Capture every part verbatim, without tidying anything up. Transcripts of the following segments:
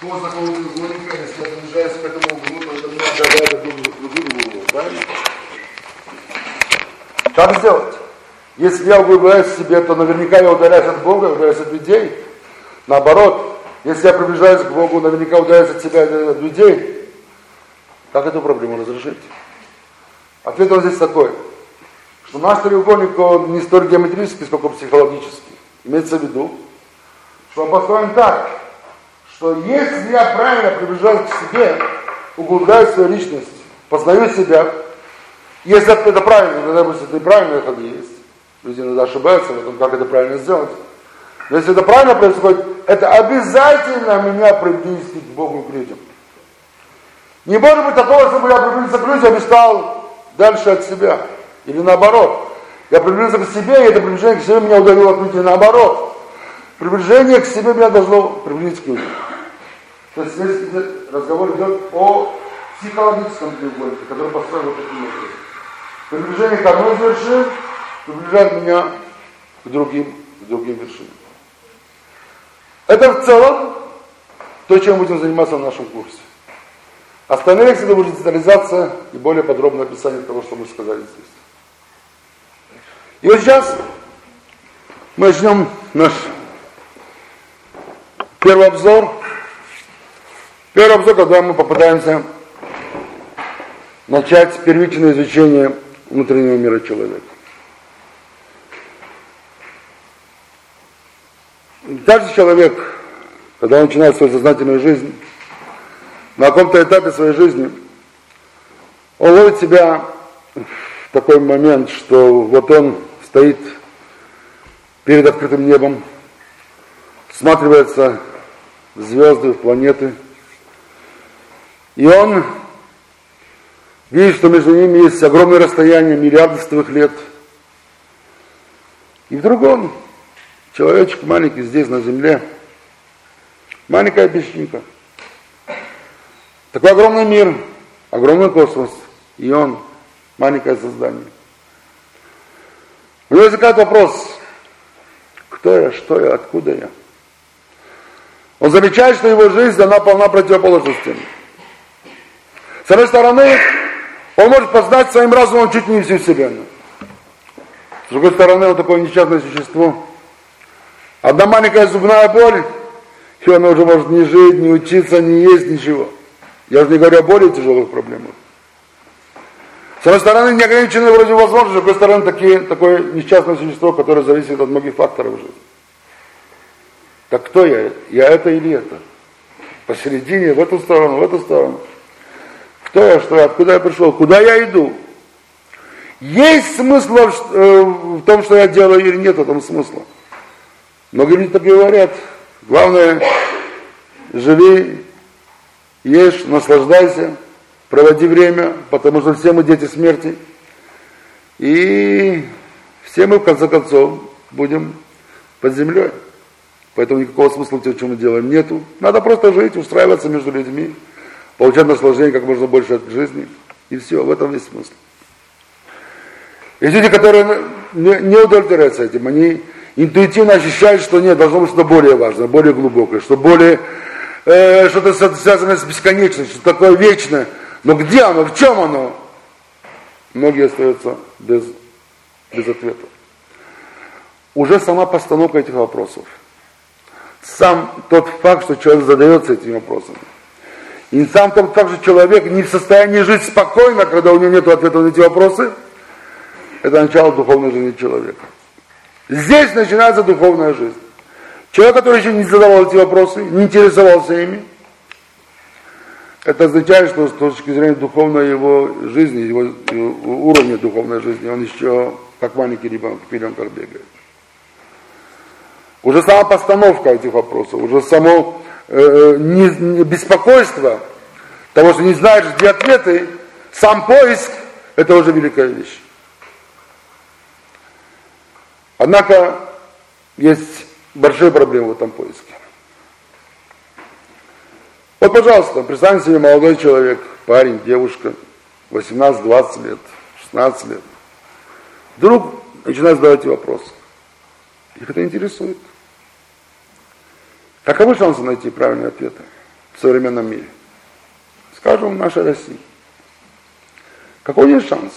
по закону треугольника, если я приближаюсь к этому углу, то это меня отдаляет от другого угла, правильно? Как сделать? Если я углубляюсь в себе, то наверняка я удаляюсь от Бога, удаляюсь от людей. Наоборот, если я приближаюсь к Богу, наверняка удаляюсь от себя, от людей. Как эту проблему разрешить? Ответ он здесь такой, что наш треугольник, он не столь геометрический, сколько психологический. Имеется в виду, что он построен так, что если я правильно приближаюсь к себе, углубляю свою личность, познаю себя, если это правильно, тогда пусть это неправильные ходы есть. Люди иногда ошибаются в этом, как это правильно сделать. Но если это правильно происходит, это обязательно меня приблизит к Богу и к людям. Не может быть такого, чтобы я приблизился к людям и стал дальше от себя. Или наоборот. Я приблизился к себе, и это приближение к себе меня удалило от людей. Наоборот. Приближение к себе меня должно приблизить к людям. То есть здесь разговор идет о психологическом треугольнике, который построен вот таким образом. Приближение к одной из вершин приближает меня к другим, к другим вершинам. Это в целом то, чем мы будем заниматься в нашем курсе. Остальные лекции это будет детализация и более подробное описание того, что мы сказали здесь. И вот сейчас мы начнем наш первый обзор. Первый обзор, когда мы попытаемся начать первичное изучение внутреннего мира человека. Каждый человек, когда он начинает свою сознательную жизнь, на каком-то этапе своей жизни, он ловит себя в такой момент, что вот он стоит перед открытым небом, всматривается в звезды, в планеты, и он видит, что между ними есть огромное расстояние, миллиарды световых лет. И вдруг он, человечек маленький здесь, на земле, маленькая песчинка. Такой огромный мир, огромный космос, и он маленькое создание. У него возникает вопрос, кто я, что я, откуда я? Он замечает, что его жизнь, она полна противоположностями. С одной стороны, он может познать своим разумом чуть не всю Вселенную. С другой стороны, он такое несчастное существо. Одна маленькая зубная боль, и он уже может не жить, не учиться, не есть, ничего. Я уже не говорю о более тяжелых проблемах. С одной стороны, неограниченные вроде возможности, с другой стороны, такие, такое несчастное существо, которое зависит от многих факторов жизни. Так кто я? Я это или это? Посередине, в эту сторону, в эту сторону. Кто я, что я, откуда я пришел, куда я иду? Есть смысл в том, что я делаю, или нет в этом смысла? Многие люди так говорят. Главное, живи, ешь, наслаждайся, проводи время, потому что все мы дети смерти. И все мы, в конце концов, будем под землей. Поэтому никакого смысла в том, что мы делаем, нету. Надо просто жить, устраиваться между людьми, получать наслаждение как можно больше от жизни. И все, в этом есть смысл. Есть люди, которые не удовлетворяются этим, они интуитивно ощущают, что нет, должно быть что-то более важное, более глубокое, что более, э, что-то связанное с бесконечностью, что такое вечное. Но где оно, в чем оно? Многие остаются без, без ответа. Уже сама постановка этих вопросов, сам тот факт, что человек задается этими вопросами, и сам тот факт, что человек не в состоянии жить спокойно, когда у него нет ответа на эти вопросы, это начало духовной жизни человека. Здесь начинается духовная жизнь. Человек, который еще не задавал эти вопросы, не интересовался ими, это означает, что с точки зрения духовной его жизни, его, его уровня духовной жизни, он еще как маленький ребенок в пеленках бегает. Уже сама постановка этих вопросов, уже само э, не, не беспокойство того, что не знаешь, где ответы, сам поиск, это уже великая вещь. Однако есть большие проблемы в этом поиске. Вот, пожалуйста, представьте себе молодой человек, парень, девушка, восемнадцать-двадцать лет, шестнадцать лет. Вдруг начинает задавать вопросы. Их это интересует. Каковы шансы найти правильные ответы? в современном мире. Скажем, в нашей России. Какой есть шанс?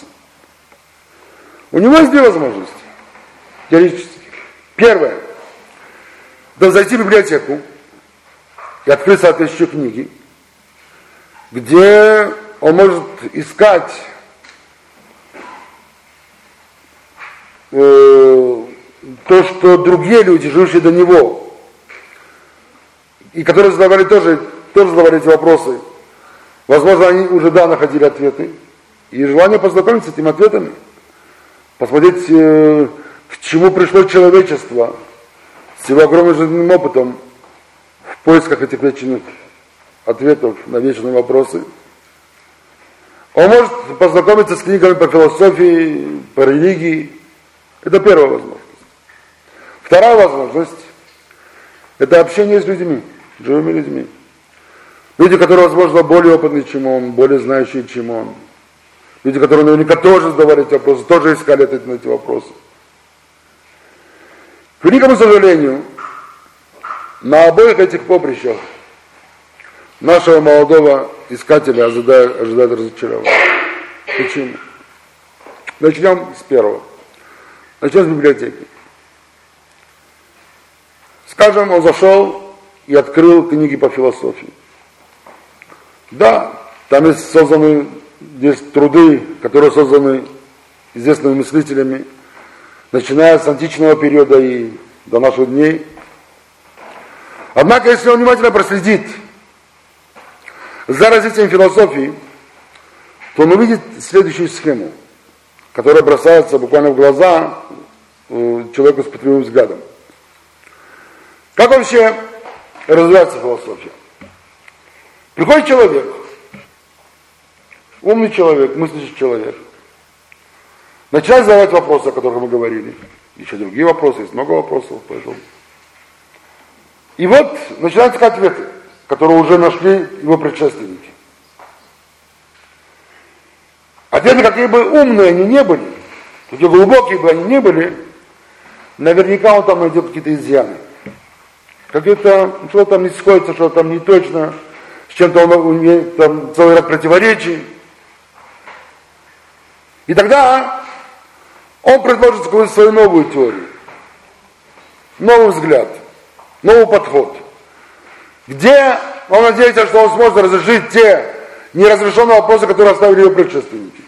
У него есть две возможности, теоретически. Первое. Да зайти в библиотеку и открыть соответствующие книги, где он может искать э, то, что другие люди, живущие до него, и которые задавали тоже, тоже задавали эти вопросы, возможно, они уже да находили ответы, и желание познакомиться с этими ответами, посмотреть, э, к чему пришло человечество с его огромным жизненным опытом в поисках этих вечных ответов на вечные вопросы. Он может познакомиться с книгами по философии, по религии. Это первая возможность. Вторая возможность – это общение с людьми, живыми людьми. Люди, которые, возможно, более опытные, чем он, более знающие, чем он. Люди, которые наверняка тоже задавали эти вопросы, тоже искали ответы на эти вопросы. К великому сожалению, на обоих этих поприщах нашего молодого искателя ожидает, ожидает разочарование. Почему? Начнем с первого. Начнем с библиотеки. Скажем, он зашел и открыл книги по философии. Да, там есть созданы, есть труды, которые созданы известными мыслителями, начиная с античного периода и до наших дней. Однако, если он внимательно проследит за развитием философии, то он увидит следующую схему, которая бросается буквально в глаза человеку с пытливым взглядом. Как вообще развивается философия? Приходит человек, умный человек, мыслящий человек, начинает задавать вопросы, о которых мы говорили. Еще другие вопросы, есть много вопросов, поэтому. И вот начинают искать ответы, которые уже нашли его предшественники. Ответы, какие бы умные они не были, какие глубокие бы они не были, наверняка он там найдет какие-то изъяны. Какие-то, что там не сходится, что там не точно, с чем-то он имеет там целый ряд противоречий. И тогда он предложит какую-то свою новую теорию, новый взгляд, новый подход, где он надеется, что он сможет разрешить те неразрешенные вопросы, которые оставили его предшественники.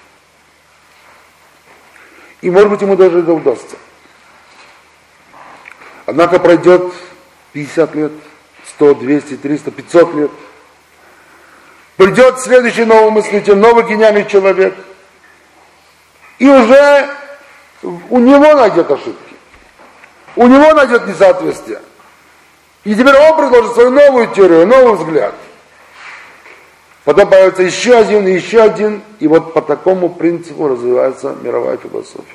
И, может быть, ему даже это удастся. Однако пройдет пятьдесят лет, сто, двести, триста, пятьсот лет. Придет следующий новый мыслитель, новый гениальный человек, и уже у него найдет ошибки, у него найдет несоответствие. И теперь он предложит свою новую теорию, новый взгляд. Потом появится еще один, и еще один, и вот по такому принципу развивается мировая философия.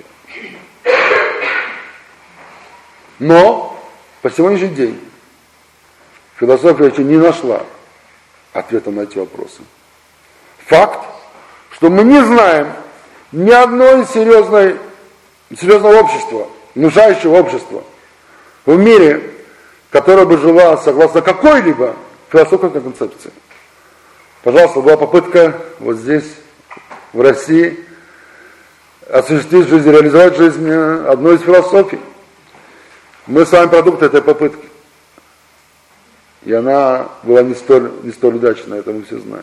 Но по сегодняшний день философия еще не нашла ответа на эти вопросы. Факт, что мы не знаем ни одной серьезной, серьезного общества, внушающего общества в мире, которое бы жило согласно какой-либо философской концепции. Пожалуйста, была попытка вот здесь, в России, осуществить жизнь, реализовать жизнь одной из философий. Мы с вами продукт этой попытки. И она была не столь, не столь удачной, это мы все знаем.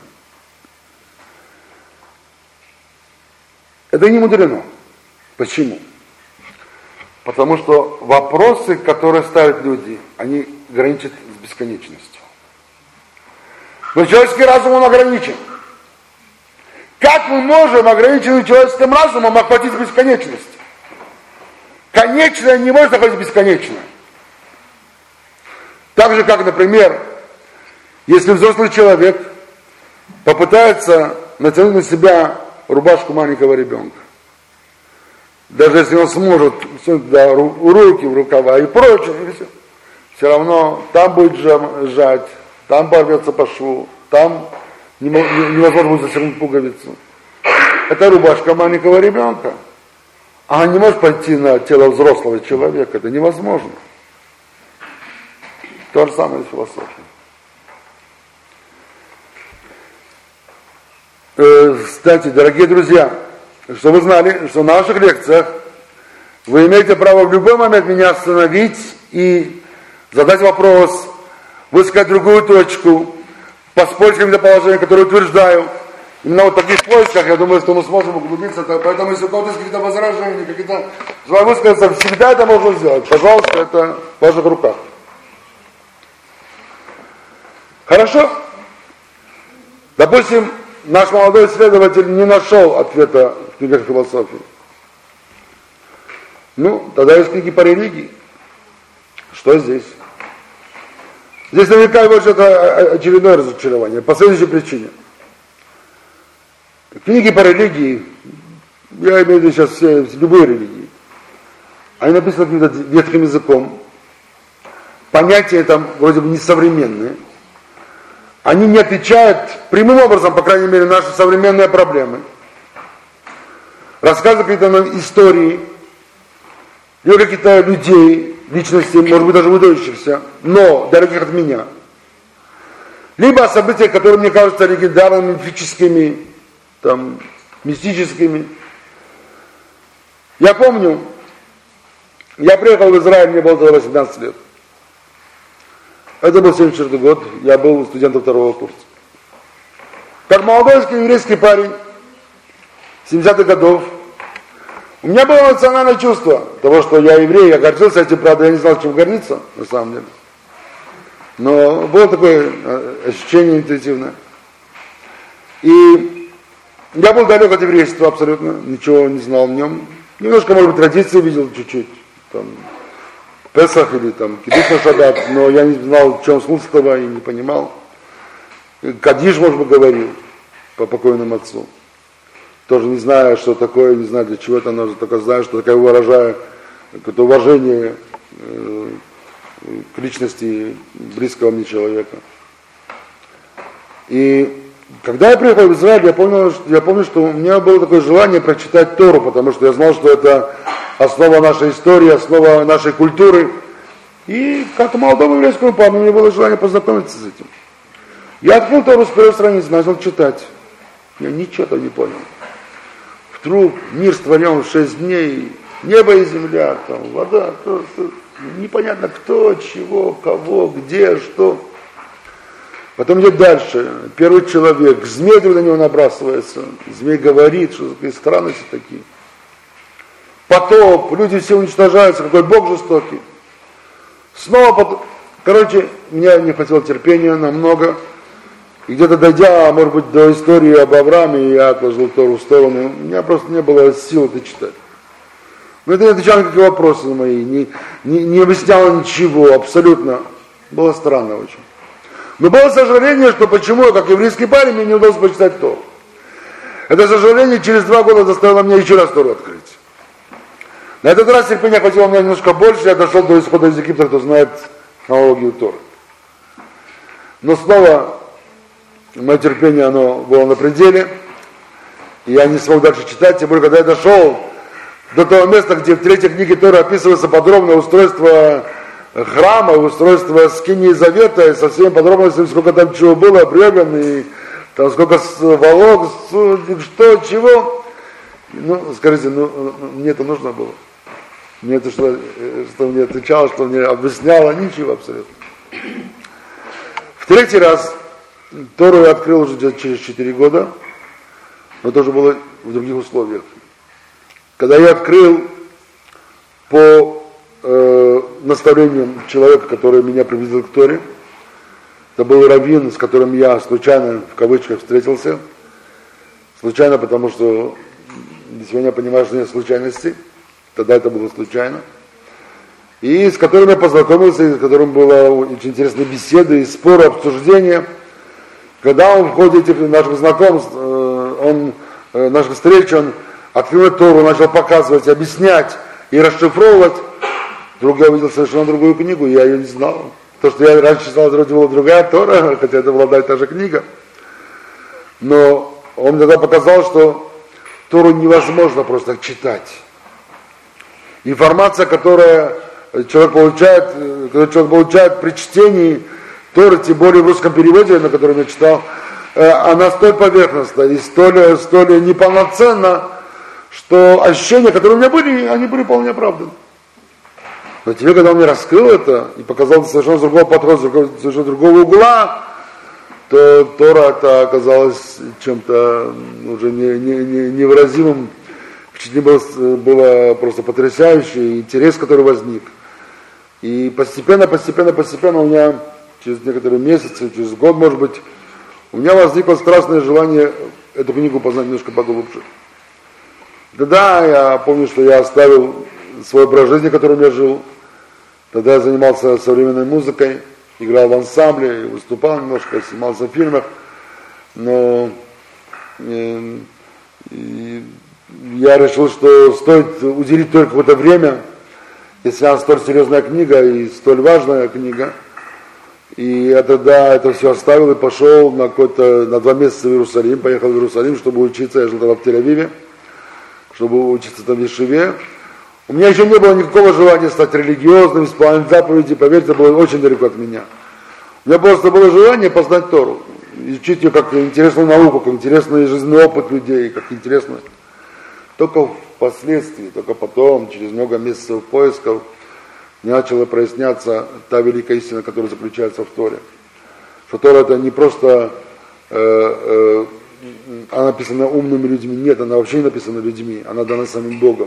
Это не мудрено. Почему? Потому что вопросы, которые ставят люди, они граничат с бесконечностью. Но человеческий разум, он ограничен. Как мы можем ограниченным человеческим разумом охватить бесконечность? Конечное не может охватить бесконечное. Так же, как, например, если взрослый человек попытается натянуть на себя рубашку маленького ребенка, даже если он сможет да, руки в рукава и прочее, все, все равно там будет сжать, там порвется по шву, там невозможно будет застегнуть пуговицу. Это рубашка маленького ребенка. А она не может пойти на тело взрослого человека, это невозможно. То же самое с философией. Э, кстати, дорогие друзья, чтобы вы знали, что в наших лекциях вы имеете право в любой момент меня остановить и задать вопрос, высказать другую точку, поспорить с каким-то положением, которое утверждаю. Именно вот в таких поисках, я думаю, что мы сможем углубиться. Поэтому, если у кого-то есть какие-то возражения, какие-то желания высказаться, всегда это можно сделать. Пожалуйста, это в ваших руках. Хорошо? Допустим, наш молодой исследователь не нашел ответа в книгах философии. Ну, тогда есть книги по религии. Что здесь? Здесь наверняка его это очередное разочарование. По следующей причине. Книги по религии, я имею в виду сейчас все, любые религии, они написаны каким-то ветхим языком. Понятия там вроде бы несовременные. Они не отвечают прямым образом, по крайней мере, на наши современные проблемы. Рассказывают какие-то нам истории, или какие-то людей, личностей, может быть, даже выдающихся, но далеких от меня. Либо о событиях, которые мне кажутся легендарными, мифическими, там, мистическими. Я помню, я приехал в Израиль, мне было тогда восемнадцать лет. Это был семьдесят четвёртый год, я был студентом второго курса. Как молодой еврейский парень, семидесятых годов, у меня было национальное чувство того, что я еврей, я гордился этим, правда, я не знал, чем гордиться, на самом деле. Но было такое ощущение интуитивное. И я был далек от еврейства абсолютно, ничего не знал в нем. Немножко, может быть, традиции видел чуть-чуть, там, Песах или там Кидуш на Шаббат, но я не знал, в чем смысл этого и не понимал. Кадиш, может быть, говорил по покойному отцу. Тоже не зная, что такое, не знаю, для чего это нужно, только знаю, что такое выражаю, какое-то уважение э, к личности близкого мне человека. И когда я приехал в Израиль, я помню, я помню, что у меня было такое желание прочитать Тору, потому что я знал, что это основа нашей истории, основа нашей культуры. И как молодому еврейскому парню, у меня было желание познакомиться с этим. Я открыл Тору с первой страницы, начал читать. Я ничего там не понял. Вдруг мир створен в шесть дней, небо и земля, там, вода, то, то, непонятно кто, чего, кого, где, что. Потом идет дальше. Первый человек, змей на него набрасывается. Змей говорит, что такие странности такие. Потоп, люди все уничтожаются, какой Бог жестокий. Снова потоп. Короче, меня не хватило терпения намного. И где-то дойдя, может быть, до истории об Аврааме, я отложил Тору в сторону. У меня просто не было сил это читать. Но это не отвечало на какие вопросы мои, не, не, не объясняло ничего, абсолютно. Было странно очень. Но было сожаление, что почему я, как еврейский парень, мне не удалось почитать Тору. Это сожаление через два года заставило меня еще раз Тору открыть. На этот раз терпения хватило мне немножко больше, я дошел до исхода из Египта, кто знает хронологию Торы. Но снова мое терпение, оно было на пределе, и я не смог дальше читать, тем более, когда я дошел до того места, где в третьей книге Торы описывается подробное устройство храма, устройство скинии завета, и со всеми подробностями, сколько там чего было, бревен, и там сколько волок, что, чего. Ну, скажите, ну, мне это нужно было? Мне это что, что мне отвечало, что мне объясняло, ничего абсолютно. В третий раз Тору я открыл уже через четыре года, но тоже было в других условиях. Когда я открыл по э, наставлениям человека, который меня привезл к Торе, это был раввин, с которым я случайно, в кавычках, встретился. Случайно, потому что сегодня я понимаю, что нет случайностей. Тогда это было случайно. И с которым я познакомился, и с которым была очень интересная беседа, и споры, обсуждения. Когда он в ходе этих наших знакомств, он, наших встреч, он открыл Тору, начал показывать, объяснять и расшифровывать. Вдруг я увидел совершенно другую книгу, я ее не знал. То, что я раньше читал, вроде была другая Тора, хотя это была одна и та же книга. Но он мне тогда показал, что Тору невозможно просто читать. Информация, которая человек получает, которую человек получает при чтении Торы, тем более в русском переводе, на котором я читал, она столь поверхностна и столь, столь неполноценна, что ощущения, которые у меня были, они были вполне оправданы. Но тебе, когда он мне раскрыл это и показал совершенно другого подхода, совершенно другого угла, то Тора это оказалось чем-то уже не, не, не, невыразимым. Впечатление было, было просто потрясающее, интерес, который возник. И постепенно, постепенно, постепенно у меня через некоторые месяцы, через год, может быть, у меня возникло страстное желание эту книгу познать немножко поглубже. Тогда я помню, что я оставил свой образ жизни, которым я жил. Тогда я занимался современной музыкой, играл в ансамбле, выступал немножко, снимался в фильмах. Но э, я решил, что стоит уделить только какое-то время, если она столь серьезная книга и столь важная книга. И я тогда это все оставил и пошел на, какой-то, на два месяца в Иерусалим, поехал в Иерусалим, чтобы учиться, я жил тогда в Тель-Авиве, чтобы учиться там в Ешиве. У меня еще не было никакого желания стать религиозным, исполнять заповеди, поверьте, это было очень далеко от меня. У меня просто было желание познать Тору, изучить ее как интересную науку, как интересный жизненный опыт людей, как интересно. Только впоследствии, только потом, через много месяцев поисков, начала проясняться та великая истина, которая заключается в Торе. Что Тора это не просто э, э, она написана умными людьми, нет, она вообще не написана людьми, она дана самим Богом.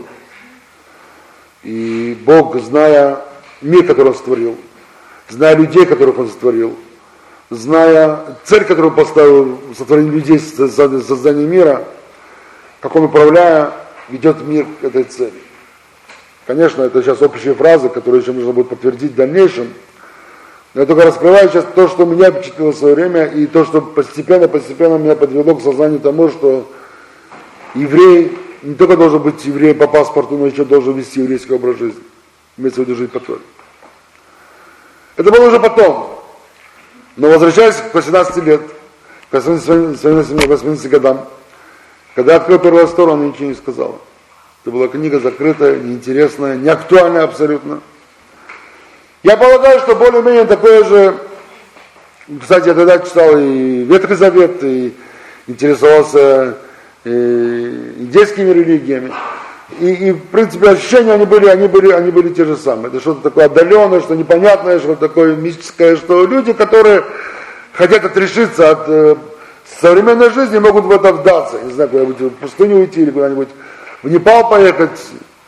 И Бог, зная мир, который Он створил, зная людей, которых Он сотворил, зная цель, которую Он поставил в сотворении людей, создание мира, как Он, управляя, ведет мир к этой цели. Конечно, это сейчас общие фразы, которые еще нужно будет подтвердить в дальнейшем. Но я только раскрываю сейчас то, что меня впечатлило в свое время, и то, что постепенно-постепенно меня подвело к сознанию тому, что еврей не только должен быть евреем по паспорту, но еще должен вести еврейский образ жизни. Имеется в виду жить по Торе. Это было уже потом. Но возвращаясь к восемнадцати лет, к восемнадцати годам, когда я открыл первую сторону, она ничего не сказала. Это была книга закрытая, неинтересная, неактуальная абсолютно. Я полагаю, что более-менее такое же, кстати, я тогда читал и Ветхий Завет, и интересовался и индейскими религиями. И, и в принципе ощущения они были, они были, они были те же самые. Это что-то такое отдаленное, что непонятное, что-то такое мистическое, что люди, которые хотят отрешиться от э, современной жизни, могут в это вдаться. Не знаю, куда-нибудь в пустыню уйти или куда-нибудь в Непал поехать.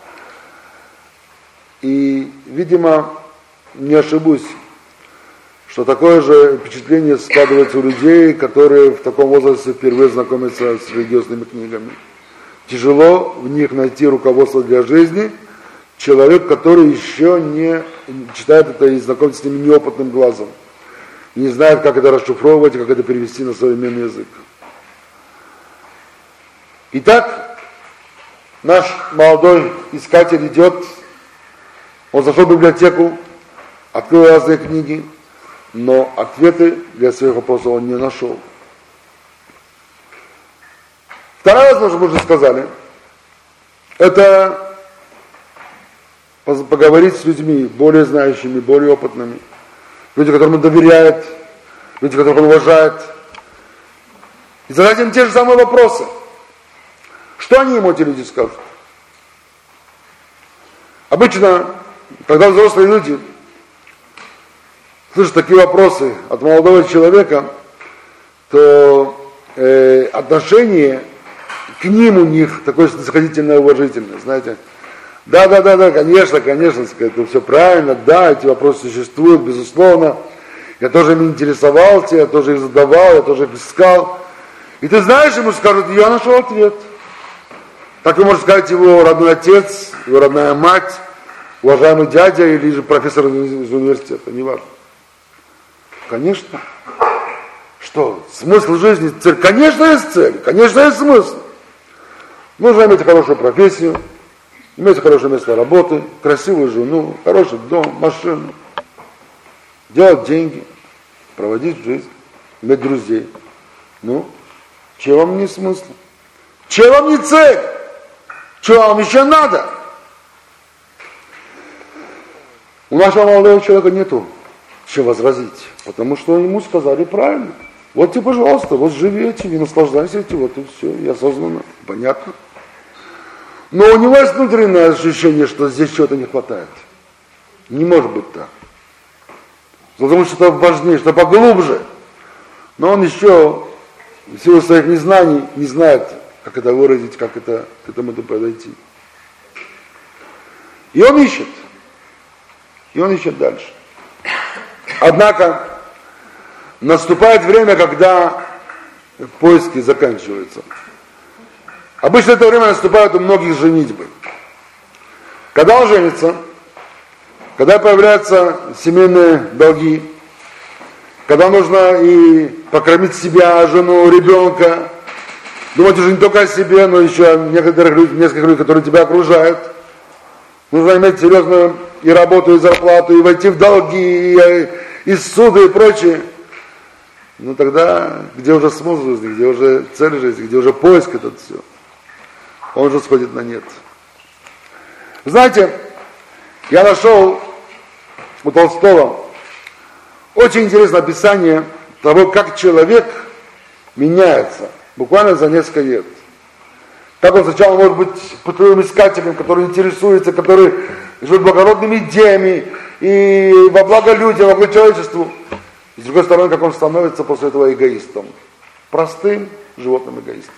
И, видимо, не ошибусь, что такое же впечатление складывается у людей, которые в таком возрасте впервые знакомятся с религиозными книгами. Тяжело в них найти руководство для жизни, человек, который еще не читает это и знакомится с ними неопытным глазом, и не знает, как это расшифровывать, как это перевести на современный язык. Итак, наш молодой искатель идет, он зашел в библиотеку, открыл разные книги, но ответы для своих вопросов он не нашел. Вторая возможность, мы уже сказали, это поговорить с людьми более знающими, более опытными, люди, которым он доверяет, люди, которых он уважает, и задать им те же самые вопросы. Что они ему, эти люди, скажут? Обычно, когда взрослые люди слышат такие вопросы от молодого человека, то э, отношение к ним у них такое снисходительное, уважительное, знаете. Да, да, да, да, конечно, конечно, это все правильно, да, эти вопросы существуют, безусловно. Я тоже ими интересовался, я тоже их задавал, я тоже их искал. И ты знаешь, ему скажут, я нашел ответ. Так и может сказать его родной отец, его родная мать, уважаемый дядя или же профессор из университета, неважно. Конечно. Что, смысл жизни, цель? Конечно, есть цель, конечно, есть смысл. Нужно иметь хорошую профессию, иметь хорошее место работы, красивую жену, хороший дом, машину, делать деньги, проводить жизнь, иметь друзей. Ну, чего вам не смысл? Чего вам не цель? Чего вам еще надо? У нашего молодого человека нету чем возразить, потому что ему сказали правильно. Вот тебе, пожалуйста, вот живи этим и наслаждайся этим, вот и все, и осознанно, понятно. Но у него есть внутреннее ощущение, что здесь чего-то не хватает. Не может быть так. Потому что это важнее, что поглубже. Но он еще в силу своих незнаний не знает, как это выразить, как это, к этому подойти. И он ищет. И он ищет дальше. Однако наступает время, когда поиски заканчиваются. Обычно это время наступает у многих женитьбы. Когда он женится, когда появляются семейные долги, когда нужно и покормить себя, жену, ребенка, думать уже не только о себе, но еще о некоторых людях, нескольких людей, которые тебя окружают. Нужно иметь серьезную и работу, и зарплату, и войти в долги, и, и суды, и прочее. Ну тогда, где уже смысл жизни, где уже цель жизни, где уже поиск этот все, он уже сходит на нет. Знаете, я нашел у Толстого очень интересное описание того, как человек меняется буквально за несколько лет. Как он сначала может быть путевым искателем, который интересуется, который живет благородными идеями и во благо людям, во благо человечеству. И с другой стороны, как он становится после этого эгоистом. Простым животным эгоистом.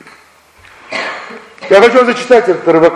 Я хочу зачитать этот отрывок.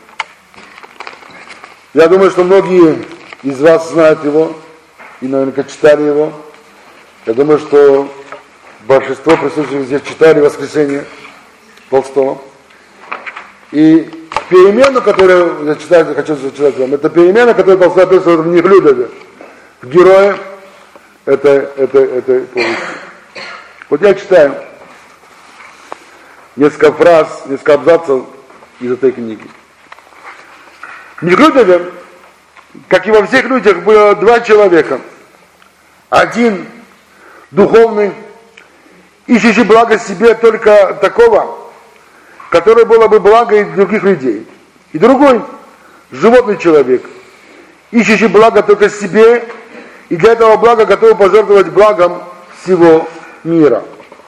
Я думаю, что многие из вас знают его и наверняка читали его. Я думаю, что большинство присутствующих здесь читали «Воскресенье» Толстого. И перемену, которую я читаю, хочу зачитать вам, это перемена, которую Толстой описывает в Неглюдове, в герое этой, этой, этой повести. Вот я читаю несколько фраз, несколько абзацев из этой книги. В Неглюдове, как и во всех людях, было два человека. Один духовный, ищущий благо себе только такого, которое было бы благо и других людей. И другой, животный человек, ищущий благо только себе, и для этого блага готовый пожертвовать благом всего мира.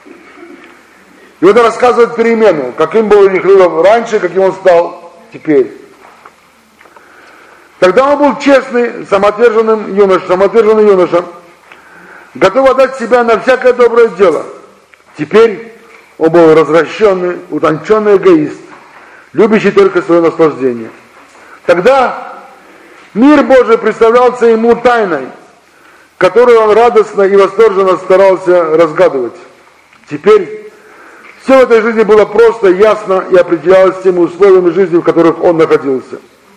И вот он рассказывает перемену, каким был Нехлюдов раньше, каким он стал теперь. Тогда он был честный, самоотверженным юноша, самоотверженный юноша, готов отдать себя на всякое доброе дело. Теперь он был развращенный, утонченный эгоист, любящий только свое наслаждение. Тогда мир Божий представлялся ему тайной, которую он радостно и восторженно старался разгадывать. Теперь все в этой жизни было просто, ясно и определялось теми условиями жизни, в которых он находился.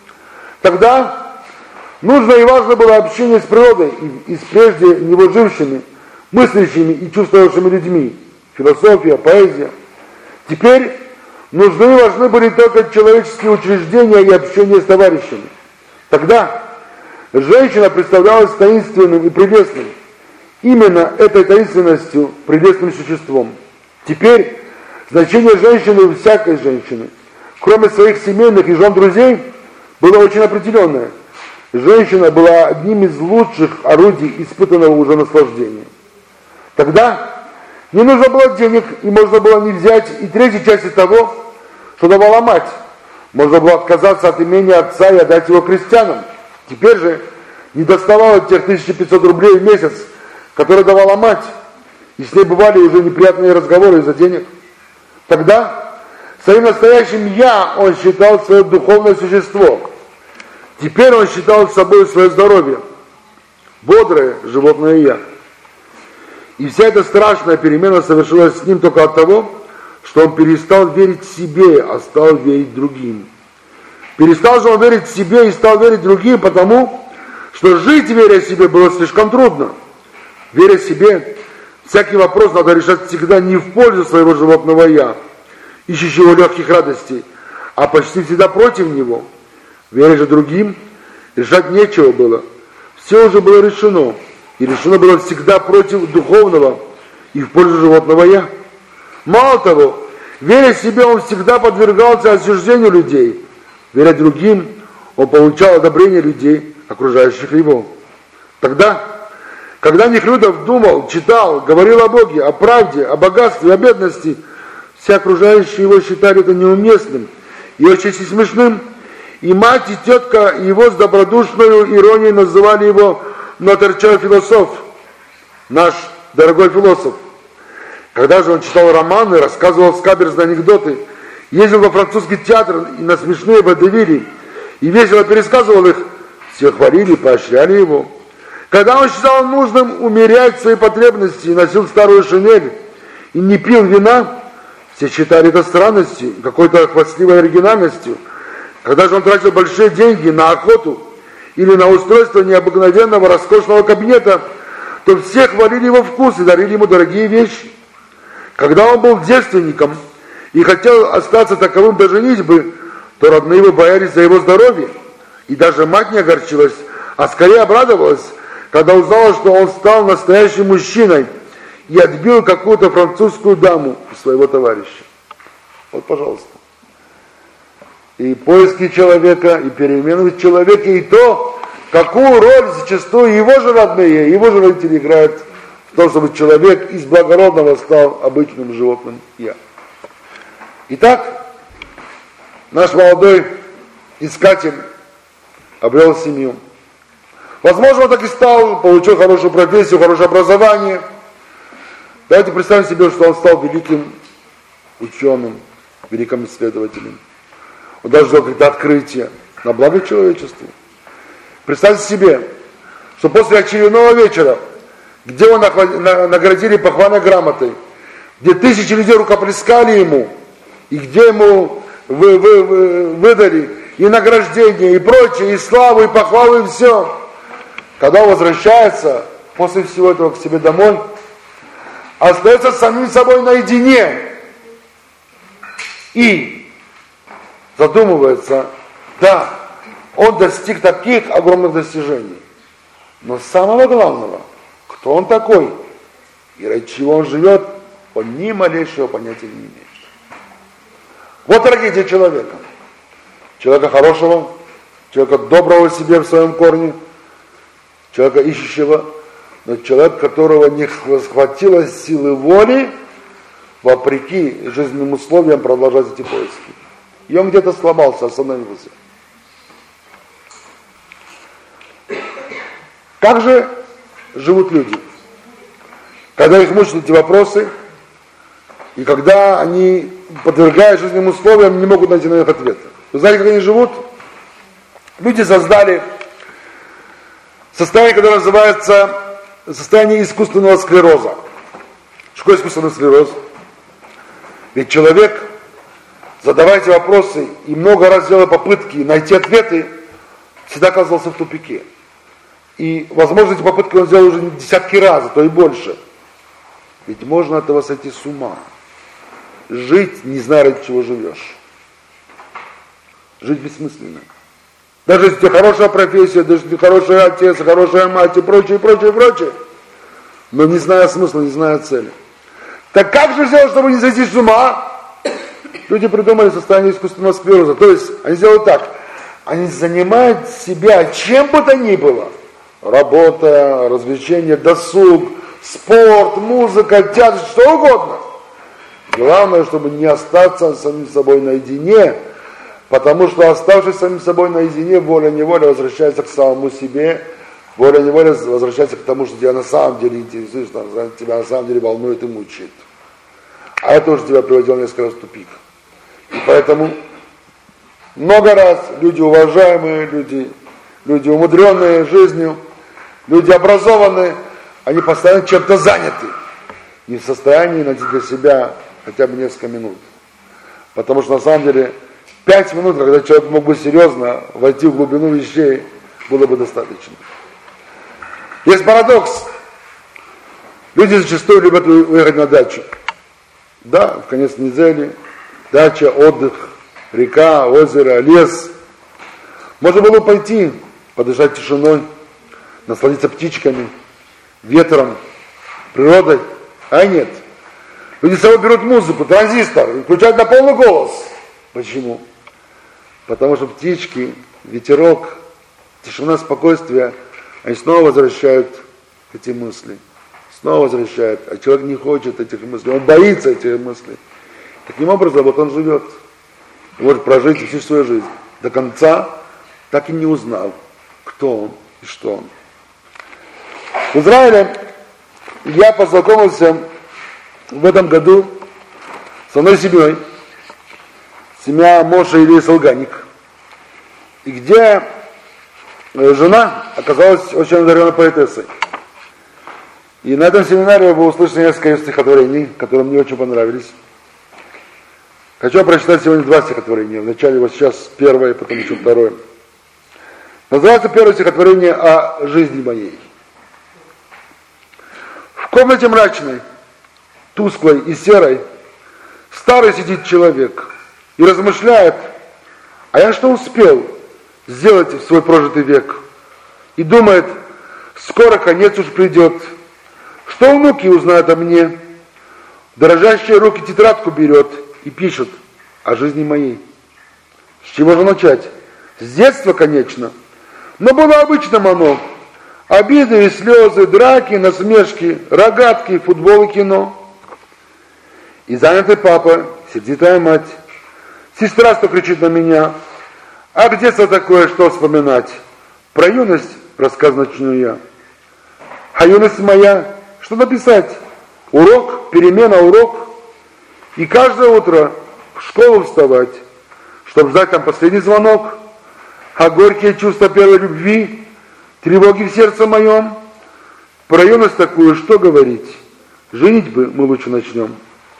Тогда нужно и важно было общение с природой и, и с прежде него жившими, мыслящими и чувствовавшими людьми. Философия, поэзия. Теперь нужны и важны были только человеческие учреждения и общение с товарищами. Тогда женщина представлялась таинственным и прелестным. Именно этой таинственностью прелестным существом. Теперь значение женщины у всякой женщины, кроме своих семейных и жен друзей, было очень определенное. Женщина была одним из лучших орудий испытанного уже наслаждения. Тогда не нужно было денег, и можно было не взять и третьей части того, что давала мать. Можно было отказаться от имения отца и отдать его крестьянам. Теперь же не доставало тех тысяча пятьсот рублей в месяц, которые давала мать, и с ней бывали уже неприятные разговоры из-за денег. Тогда своим настоящим «я» он считал свое духовное существо. Теперь он считал собой свое здоровье, бодрое животное «я». И вся эта страшная перемена совершилась с ним только от того, что он перестал верить себе, а стал верить другим. Перестал же он верить себе и стал верить другим, потому что жить, веря себе, было слишком трудно. Веря себе, всякий вопрос надо решать всегда не в пользу своего животного «я», ищущего легких радостей, а почти всегда против него. Веря же другим, решать нечего было. Все уже было решено. И решено было всегда против духовного и в пользу животного «я». Мало того, веря себе, он всегда подвергался осуждению людей. Веря другим, он получал одобрение людей, окружающих его. Тогда, Когда Нехлюдов думал, читал, говорил о Боге, о правде, о богатстве, о бедности, все окружающие его считали это неуместным и очень смешным. И мать, и тетка его с добродушной иронией называли его «Нотерча философ», наш дорогой философ. Когда же он читал романы, рассказывал скаберзные анекдоты, ездил во французский театр и на смешные водевили, и весело пересказывал их, все хвалили, поощряли его. Когда он считал нужным умерять свои потребности и носил старую шинель, и не пил вина, все считали это странностью, какой-то хвастливой оригинальностью. Когда же он тратил большие деньги на охоту или на устройство необыкновенного роскошного кабинета, то все хвалили его вкус и дарили ему дорогие вещи. Когда он был девственником и хотел остаться таковым до женитьбы, то родные его боялись за его здоровье. И даже мать не огорчилась, а скорее обрадовалась, когда узнала, что он стал настоящим мужчиной и отбил какую-то французскую даму у своего товарища. Вот, пожалуйста. И поиски человека, и перемены в человеке, и то, какую роль зачастую его же родные, его же родители играют в том, чтобы человек из благородного стал обычным животным я. Итак, наш молодой искатель обрел семью. Возможно, он так и стал, получил хорошую профессию, хорошее образование. Давайте представим себе, что он стал великим ученым, великим исследователем. Он даже сделал какие-то открытия на благо человечеству. Представьте себе, что после очередного вечера, где его наградили похвальной грамотой, где тысячи людей рукоплескали ему, и где ему вы, вы, вы, выдали и награждение, и прочее, и славу, и похвалу, и все. Когда он возвращается после всего этого к себе домой, остается с самим собой наедине и задумывается, да, он достиг таких огромных достижений, но самого главного, кто он такой и ради чего он живет, он ни малейшего понятия не имеет. Вот трагедия человека. Человека хорошего, человека доброго в себе в своем корне, человека ищущего, но человек, которого не хватило силы воли, вопреки жизненным условиям, продолжать эти поиски. И он где-то сломался, остановился. Как же живут люди? Когда их мучают эти вопросы, и когда они, подвергая жизненным условиям, не могут найти на них ответа. Вы знаете, как они живут? Люди создали состояние, которое называется состояние искусственного склероза. Что такое искусственный склероз? Ведь человек, задавая эти вопросы и много раз делая попытки найти ответы, всегда оказывался в тупике. И, возможно, эти попытки он сделал уже десятки раз, а то и больше. Ведь можно от этого сойти с ума. Жить, не зная, ради чего живешь. Жить бессмысленно. Даже если у тебя хорошая профессия, даже если хороший отец, хорошая мать и прочее, прочее, прочее, но не зная смысла, не зная цели. Так как же сделать, чтобы не сойти с ума? Люди придумали состояние искусственного склероза. То есть они делают так. Они занимают себя чем бы то ни было. Работа, развлечения, досуг, спорт, музыка, театр, что угодно. Главное, чтобы не остаться самим собой наедине, потому что, оставшись самим собой наедине, воля-неволя возвращается к самому себе, воля-неволя возвращается к тому, что тебя на самом деле интересует, что тебя на самом деле волнует и мучает. А это уже тебя приводило несколько раз в тупик. И поэтому много раз люди уважаемые, люди, люди умудренные жизнью, люди образованные, они постоянно чем-то заняты. Не в состоянии найти для себя хотя бы несколько минут. Потому что на самом деле пять минут, когда человек мог бы серьезно войти в глубину вещей, было бы достаточно. Есть парадокс. Люди зачастую любят уехать на дачу. Да, в конец недели, дача, отдых, река, озеро, лес. Можно было бы пойти, подышать тишиной, насладиться птичками, ветром, природой, а нет. Люди с собой берут музыку, транзистор, и включают на полный голос. Почему? Потому что птички, ветерок, тишина, спокойствие, они снова возвращают эти мысли. Снова возвращает, а человек не хочет этих мыслей, он боится этих мыслей. Таким образом, вот он живет, и может прожить всю свою жизнь. До конца так и не узнал, кто он и что он. В Израиле я познакомился в этом году с одной семьей, семья Моше Ильи Солганик, и где жена оказалась очень одаренной поэтессой. И на этом семинаре я был услышан несколько стихотворений, которые мне очень понравились. Хочу прочитать сегодня два стихотворения. Вначале вот сейчас первое, потом еще второе. Называется первое стихотворение о жизни моей. В комнате мрачной, тусклой и серой, старый сидит человек и размышляет, а я что успел сделать в свой прожитый век? И думает, скоро конец уж придет, что внуки узнают о мне? Дрожащие руки тетрадку берет и пишет о жизни моей. С чего же начать? С детства, конечно. Но было обычным оно. Обиды и слезы, драки, насмешки, рогатки, футбол и кино. И занятый папа, сердитая мать. Сестра, что кричит на меня. А детство такое, что вспоминать? Про юность рассказ начну я. А юность моя, что написать? Урок, перемена, урок. И каждое утро в школу вставать, чтобы ждать там последний звонок. А горькие чувства первой любви, тревоги в сердце моем. Про юность такую что говорить? Женить бы мы лучше начнем.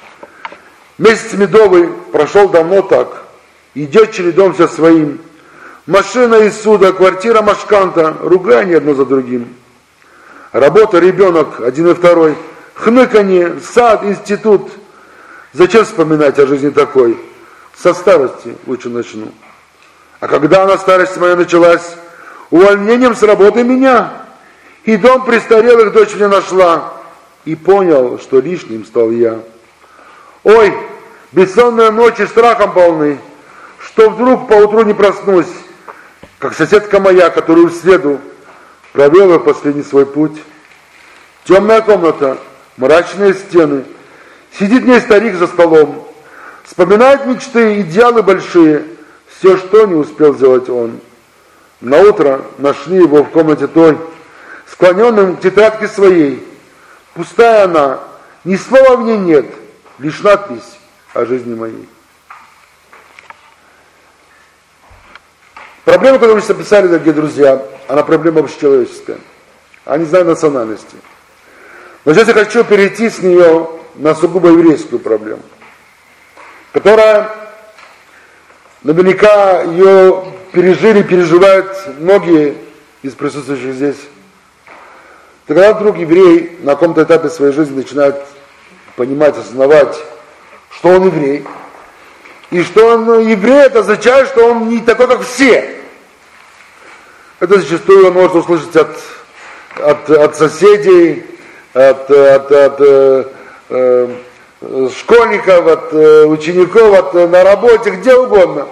Месяц медовый прошел давно так. Идет чередом все своим. Машина из суда, квартира Машканта, ругание одно за другим. Работа, ребенок, один и второй. Хныканье, сад, институт. Зачем вспоминать о жизни такой? Со старости лучше начну. А когда она, старость моя, началась, увольнением с работы меня, и дом престарелых дочь мне нашла, и понял, что лишним стал я. Ой, бессонные ночи страхом полны, что вдруг поутру не проснусь, как соседка моя, которую следу провела в последний свой путь. Темная комната, мрачные стены, сидит в ней старик за столом, вспоминает мечты, идеалы большие, все, что не успел сделать он. Наутро нашли его в комнате той, склоненным к тетрадке своей. Пустая она, ни слова в ней нет, лишь надпись о жизни моей. Проблема, которую мы сейчас описали, дорогие друзья, она проблема общечеловеческая. Она не знает национальности. Но сейчас я хочу перейти с нее на сугубо еврейскую проблему, которая наверняка ее пережили, переживают многие из присутствующих здесь. То когда вдруг еврей на каком-то этапе своей жизни начинает понимать, осознавать, что он еврей, и что он еврей, это означает, что он не такой, как все. Это зачастую он может услышать от, от, от соседей, от, от, от э, э, школьников, от э, учеников, от, э, на работе, где угодно.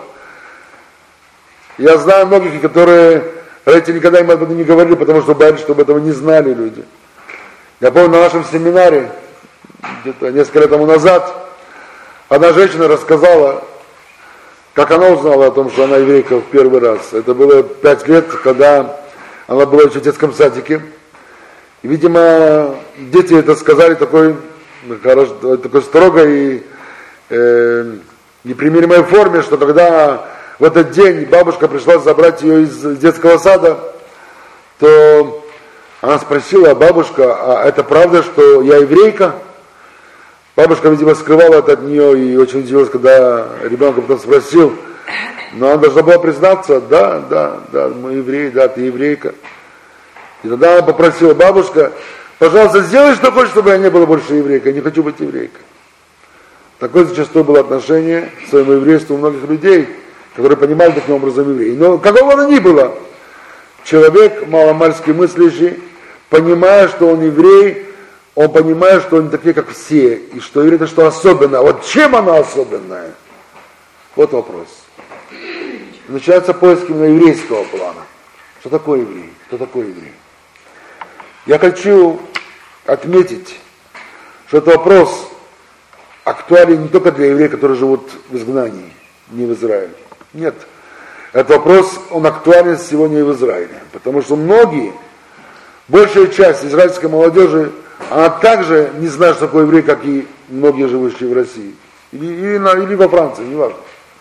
Я знаю многих, которые эти никогда им об этом не говорили, потому что боялись, чтобы этого не знали люди. Я помню, на нашем семинаре, где-то несколько лет тому назад, одна женщина рассказала, как она узнала о том, что она еврейка в первый раз. Это было пять лет, когда она была еще в детском садике. И, видимо, дети это сказали такой, такой строгой и э, непримиримой форме, что когда в этот день бабушка пришла забрать ее из детского сада, то она спросила: бабушка, а это правда, что я еврейка? Бабушка, видимо, скрывала это от нее и очень удивилась, когда ребенок потом спросил. Но она должна была признаться: да, да, да, мы евреи, да, ты еврейка. И тогда она попросила: бабушка, пожалуйста, сделай, что хочешь, чтобы я не была больше еврейкой, я не хочу быть еврейкой. Такое зачастую было отношение к своему еврейству у многих людей, которые понимали таким образом евреи. Но какого оно ни было, человек маломальски мыслящий, понимая, что он еврей, он понимает, что они такие, как все, и что еврей это что особенное. Вот чем оно особенное? Вот вопрос. Начинается поиск именно еврейского плана. Что такое еврей? Кто такой еврей? Я хочу отметить, что этот вопрос актуален не только для евреев, которые живут в изгнании, не в Израиле. Нет. Этот вопрос, он актуален сегодня и в Израиле. Потому что многие, большая часть израильской молодежи, она также не знает, что такое еврей, как и многие живущие в России. Или, или, на, или во Франции, неважно.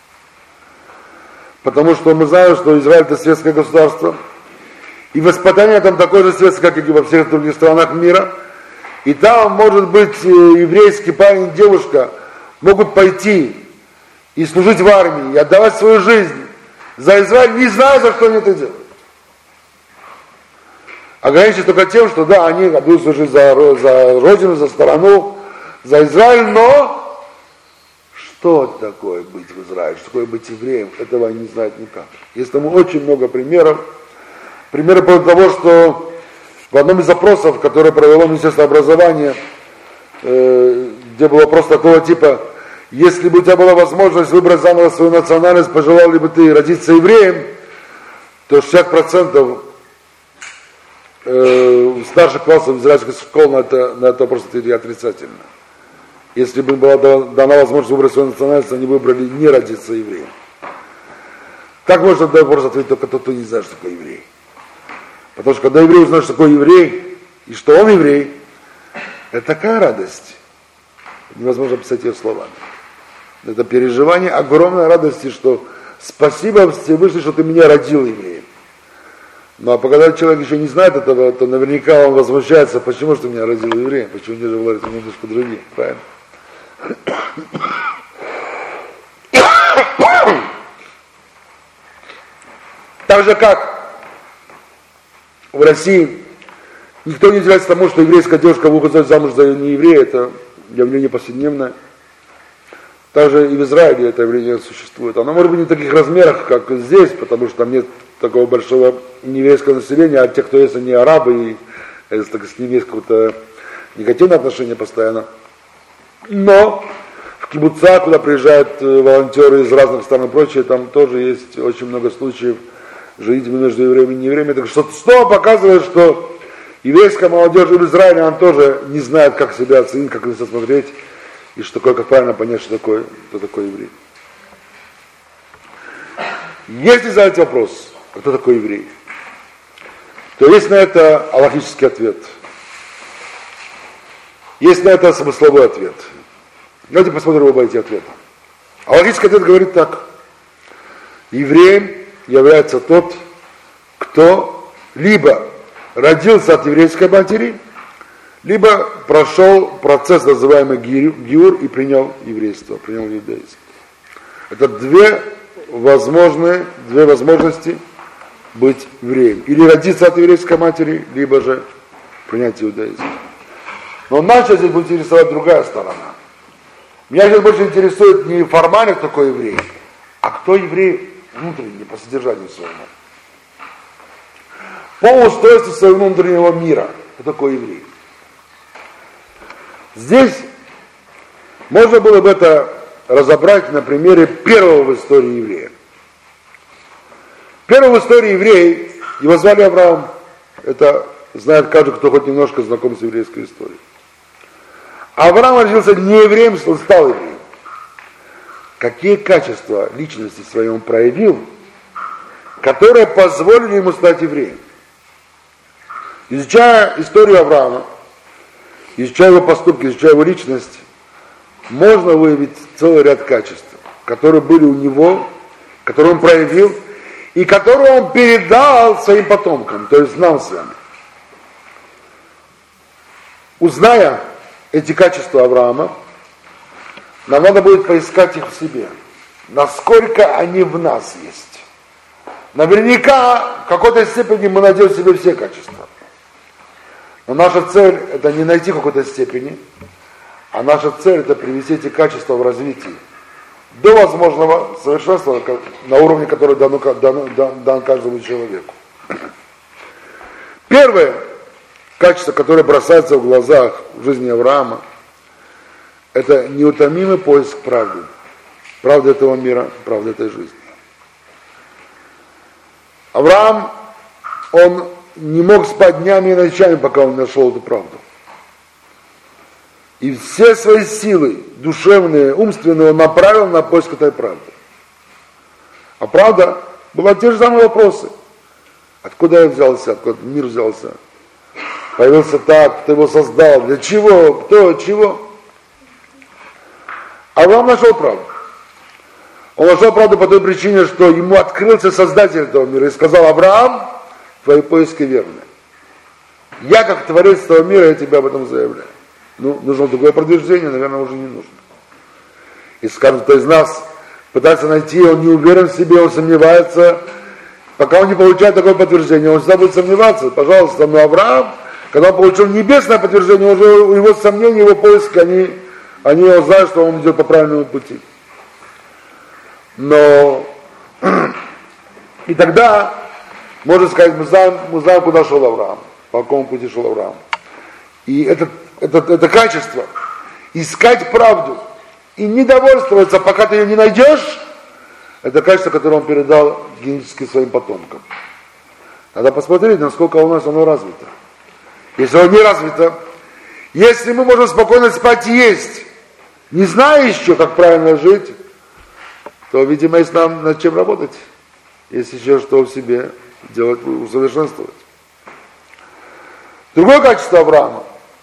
Потому что мы знаем, что Израиль это светское государство. И воспитание там такое же светское, как и во всех других странах мира. И там, может быть, еврейский парень и девушка могут пойти и служить в армии, и отдавать свою жизнь за Израиль, не зная, за что они это делают. Ограничиваясь только тем, что да, они будут служить за, за Родину, за страну, за Израиль, но что такое быть в Израиле, что такое быть евреем, этого они не знают никак. Есть тому очень много примеров. Примеры по того, что в одном из запросов, который провело Министерство образования, э, где был вопрос такого типа: если бы у тебя была возможность выбрать заново свою национальность, пожелал ли бы ты родиться евреем, то шестьдесят процентов э, старших классов израильских школ на это, на это вопрос ответили отрицательно. Если бы им была дана возможность выбрать свою национальность, они выбрали не родиться евреем. Так можно на этот вопрос ответить только тот, кто не знает, что такое еврей. Потому что когда еврей узнает, что такое еврей, и что он еврей, это такая радость. Невозможно описать ее словами. Это переживание огромной радости, что спасибо Всевышний, что ты меня родил евреем. Ну а когда человек еще не знает этого, то наверняка он возмущается, почему же ты меня родил евреем, почему не же говорит немножко другим, правильно? Так же как в России никто не удивляется тому, что еврейская девушка выходит замуж за нееврея, это явление повседневное. Также и в Израиле это явление существует. Оно может быть не в таких размерах, как здесь, потому что там нет такого большого нееврейского населения, а те, кто есть, они арабы, и это, так, с ними есть какое-то негативное отношение постоянно. Но в кибуцах, куда приезжают волонтеры из разных стран и прочее, там тоже есть очень много случаев женитьбы между евреями и неевреями. Так что снова показывает, что еврейская молодежь в Израиле, она тоже не знает, как себя оценить, как на себя смотреть, и что такое, как правильно понять, что такое, кто такой еврей. Если задать вопрос, кто такой еврей, то есть на это алахический ответ. Есть на это смысловой ответ. Давайте посмотрим оба эти ответа. Алахический ответ говорит так. Евреем является тот, кто либо родился от еврейской матери, либо прошел процесс, называемый гиур, и принял еврейство, принял иудаизм. Это две возможные, две возможности быть евреем. Или родиться от еврейской матери, либо же принять иудаизм. Но нас сейчас здесь будет интересовать другая сторона. Меня сейчас больше интересует не формально, кто такой еврей, а кто еврей внутренний, по содержанию своему. По устройству своего внутреннего мира. Кто такой еврей? Здесь можно было бы это разобрать на примере первого в истории еврея. Первый в истории еврей, его звали Авраам. Это знает каждый, кто хоть немножко знаком с еврейской историей. Авраам родился не евреем, он стал евреем. Какие качества личности своей он проявил, которые позволили ему стать евреем? Изучая историю Авраама, изучая его поступки, изучая его личность, можно выявить целый ряд качеств, которые были у него, которые он проявил, и которые он передал своим потомкам, то есть нам с вами. Узная эти качества Авраама, нам надо будет поискать их в себе. Насколько они в нас есть. Наверняка в какой-то степени мы найдем в себе все качества. Но наша цель это не найти какой-то степени, а наша цель это привести эти качества в развитие до возможного совершенства на уровне, который дан, дан, дан, дан каждому человеку. Первое качество, которое бросается в глазах в жизни Авраама, это неутомимый поиск правды. Правды этого мира, правды этой жизни. Авраам, он не мог спать днями и ночами, пока он нашел эту правду. И все свои силы, душевные, умственные, он направил на поиск этой правды. А правда была те же самые вопросы. Откуда я взялся, откуда мир взялся? Появился так, кто его создал, для чего, кто, чего? Авраам нашел правду. Он нашел правду по той причине, что ему открылся Создатель этого мира и сказал: Авраам, твои поиски верны. Я, как Творец этого мира, я тебе об этом заявляю. Ну, нужно другое продвижение, наверное, уже не нужно. И скажет, кто из нас пытается найти, он не уверен в себе, он сомневается. Пока он не получает такое подтверждение, он всегда будет сомневаться. Пожалуйста, но Авраам, когда он получил небесное подтверждение, уже его сомнения, его поиски, они, они его знают, что он идет по правильному пути. Но и тогда, можно сказать, мы знаем, мы знаем, куда шел Авраам, по какому пути шел Авраам. И это, это, это качество, искать правду и не довольствоваться, пока ты ее не найдешь, это качество, которое он передал генетически своим потомкам. Надо посмотреть, насколько у нас оно развито. Если оно не развито, если мы можем спокойно спать и есть, не зная еще, как правильно жить, то, видимо, есть нам над чем работать, есть еще что в себе делать, усовершенствовать. Другое качество Авраама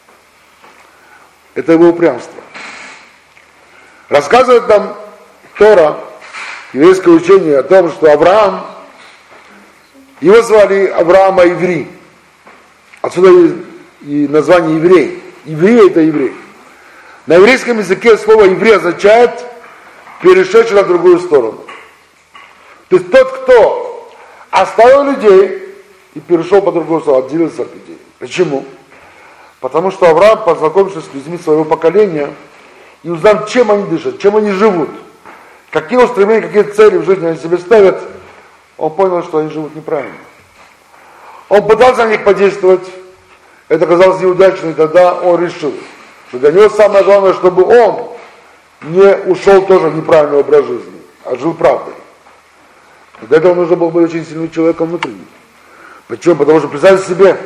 – это его упрямство. Рассказывает нам Тора, еврейское учение, о том, что Авраам, его звали Авраама Иври. Отсюда и название еврей. Еврей – это еврей. На еврейском языке слово еврей означает перешедший на другую сторону. То есть тот, кто оставил людей и перешел по другую сторону, отделился от людей. Почему? Потому что Авраам, познакомившись с людьми своего поколения и узнав, чем они дышат, чем они живут, какие устремления, какие цели в жизни они себе ставят, он понял, что они живут неправильно. Он пытался на них подействовать, это казалось неудачно, и тогда он решил, что для него самое главное, чтобы он не ушел тоже в неправильный образ жизни, а жил правдой. И для этого нужно было быть очень сильным человеком внутренним. Почему? Потому что, представьте себе,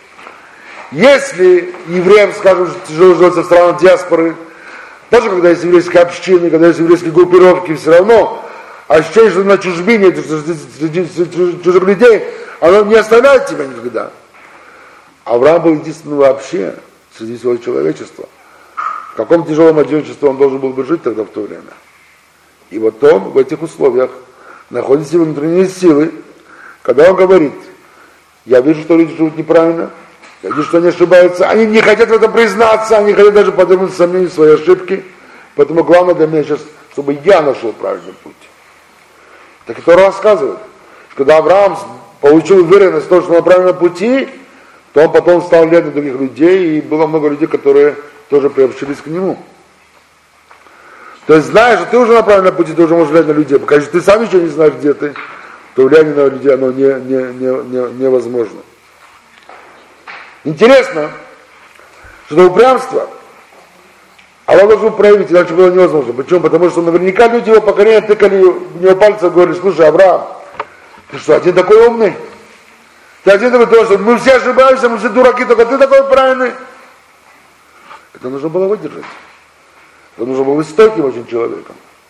если евреям, скажем, тяжело живется в странах диаспоры, даже когда есть еврейские общины, когда есть еврейские группировки, все равно ощущение, что на чужбине, среди чужих людей, оно не оставляет тебя никогда. Авраам был единственным вообще среди всего человечества. В каком тяжелом одиночестве он должен был бы жить тогда в то время. И вот он в этих условиях находит себе внутренние силы, когда он говорит: я вижу, что люди живут неправильно, я вижу, что они ошибаются, они не хотят в этом признаться, они хотят даже подвергнуть сомнению свои ошибки, поэтому главное для меня сейчас, чтобы я нашел правильный путь. Так это рассказывает, что когда Авраам получил уверенность в том, что он на правильном пути, то он потом стал влиять на других людей, и было много людей, которые тоже приобщились к нему. То есть, зная, что ты уже на правильном пути, ты уже можешь влиять на людей. Пока если ты сам еще не знаешь, где ты, то влияние на людей, оно не, не, не, не, невозможно. Интересно, что упрямство Аллах должен проявить, иначе было невозможно. Почему? Потому что наверняка люди его поколения тыкали в него пальцем и говорили: слушай, Авраам, ты что, один такой умный? Ты один такой тоже, мы все ошибаемся, мы все дураки, только ты такой правильный. Это нужно было выдержать. Это нужно было быть стойким очень человеком.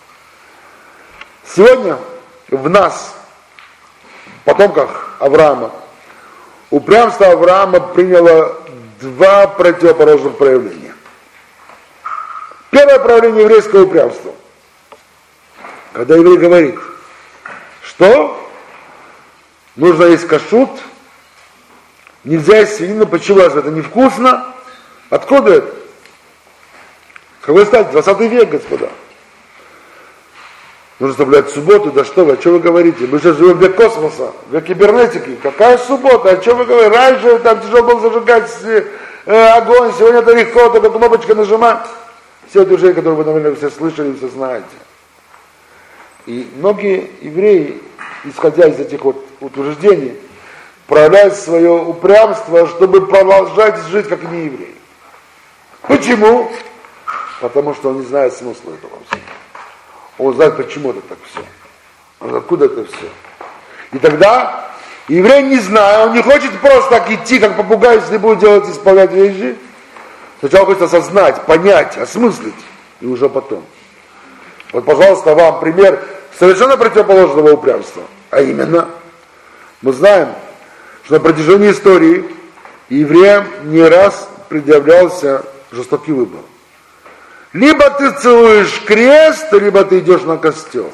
Сегодня в нас, в потомках Авраама, упрямство Авраама приняло два противоположных проявления. Первое проявление еврейского упрямства. Когда еврей говорит, что нужно есть кашрут, нельзя есть свинину, почему? Разве это невкусно? Откуда это? С какой стати? двадцатый век, господа. Нужно соблюдать субботу, да что вы, о чем вы говорите? Мы сейчас живем в век космоса, в век кибернетики. Какая суббота, о чем вы говорите? Раньше там тяжело было зажигать э, огонь, сегодня это легко, только кнопочка нажимать. Все утверждения, которые вы, наверное, все слышали и все знаете. И многие евреи, исходя из этих вот утверждений, проявляют свое упрямство, чтобы продолжать жить как не евреи. Почему? Потому что он не знает смысла этого всего. Он знает, почему это так все. Он знает, откуда это все. И тогда Еврей не знает, он не хочет просто так идти, как попугай, если будет делать, исполнять вещи. Сначала хочет осознать, понять, осмыслить, и уже потом. Вот, пожалуйста, вам пример совершенно противоположного упрямства. А именно, мы знаем, что на протяжении истории евреям не раз предъявлялся жестокий выбор. Либо ты целуешь крест, либо ты идешь на костер.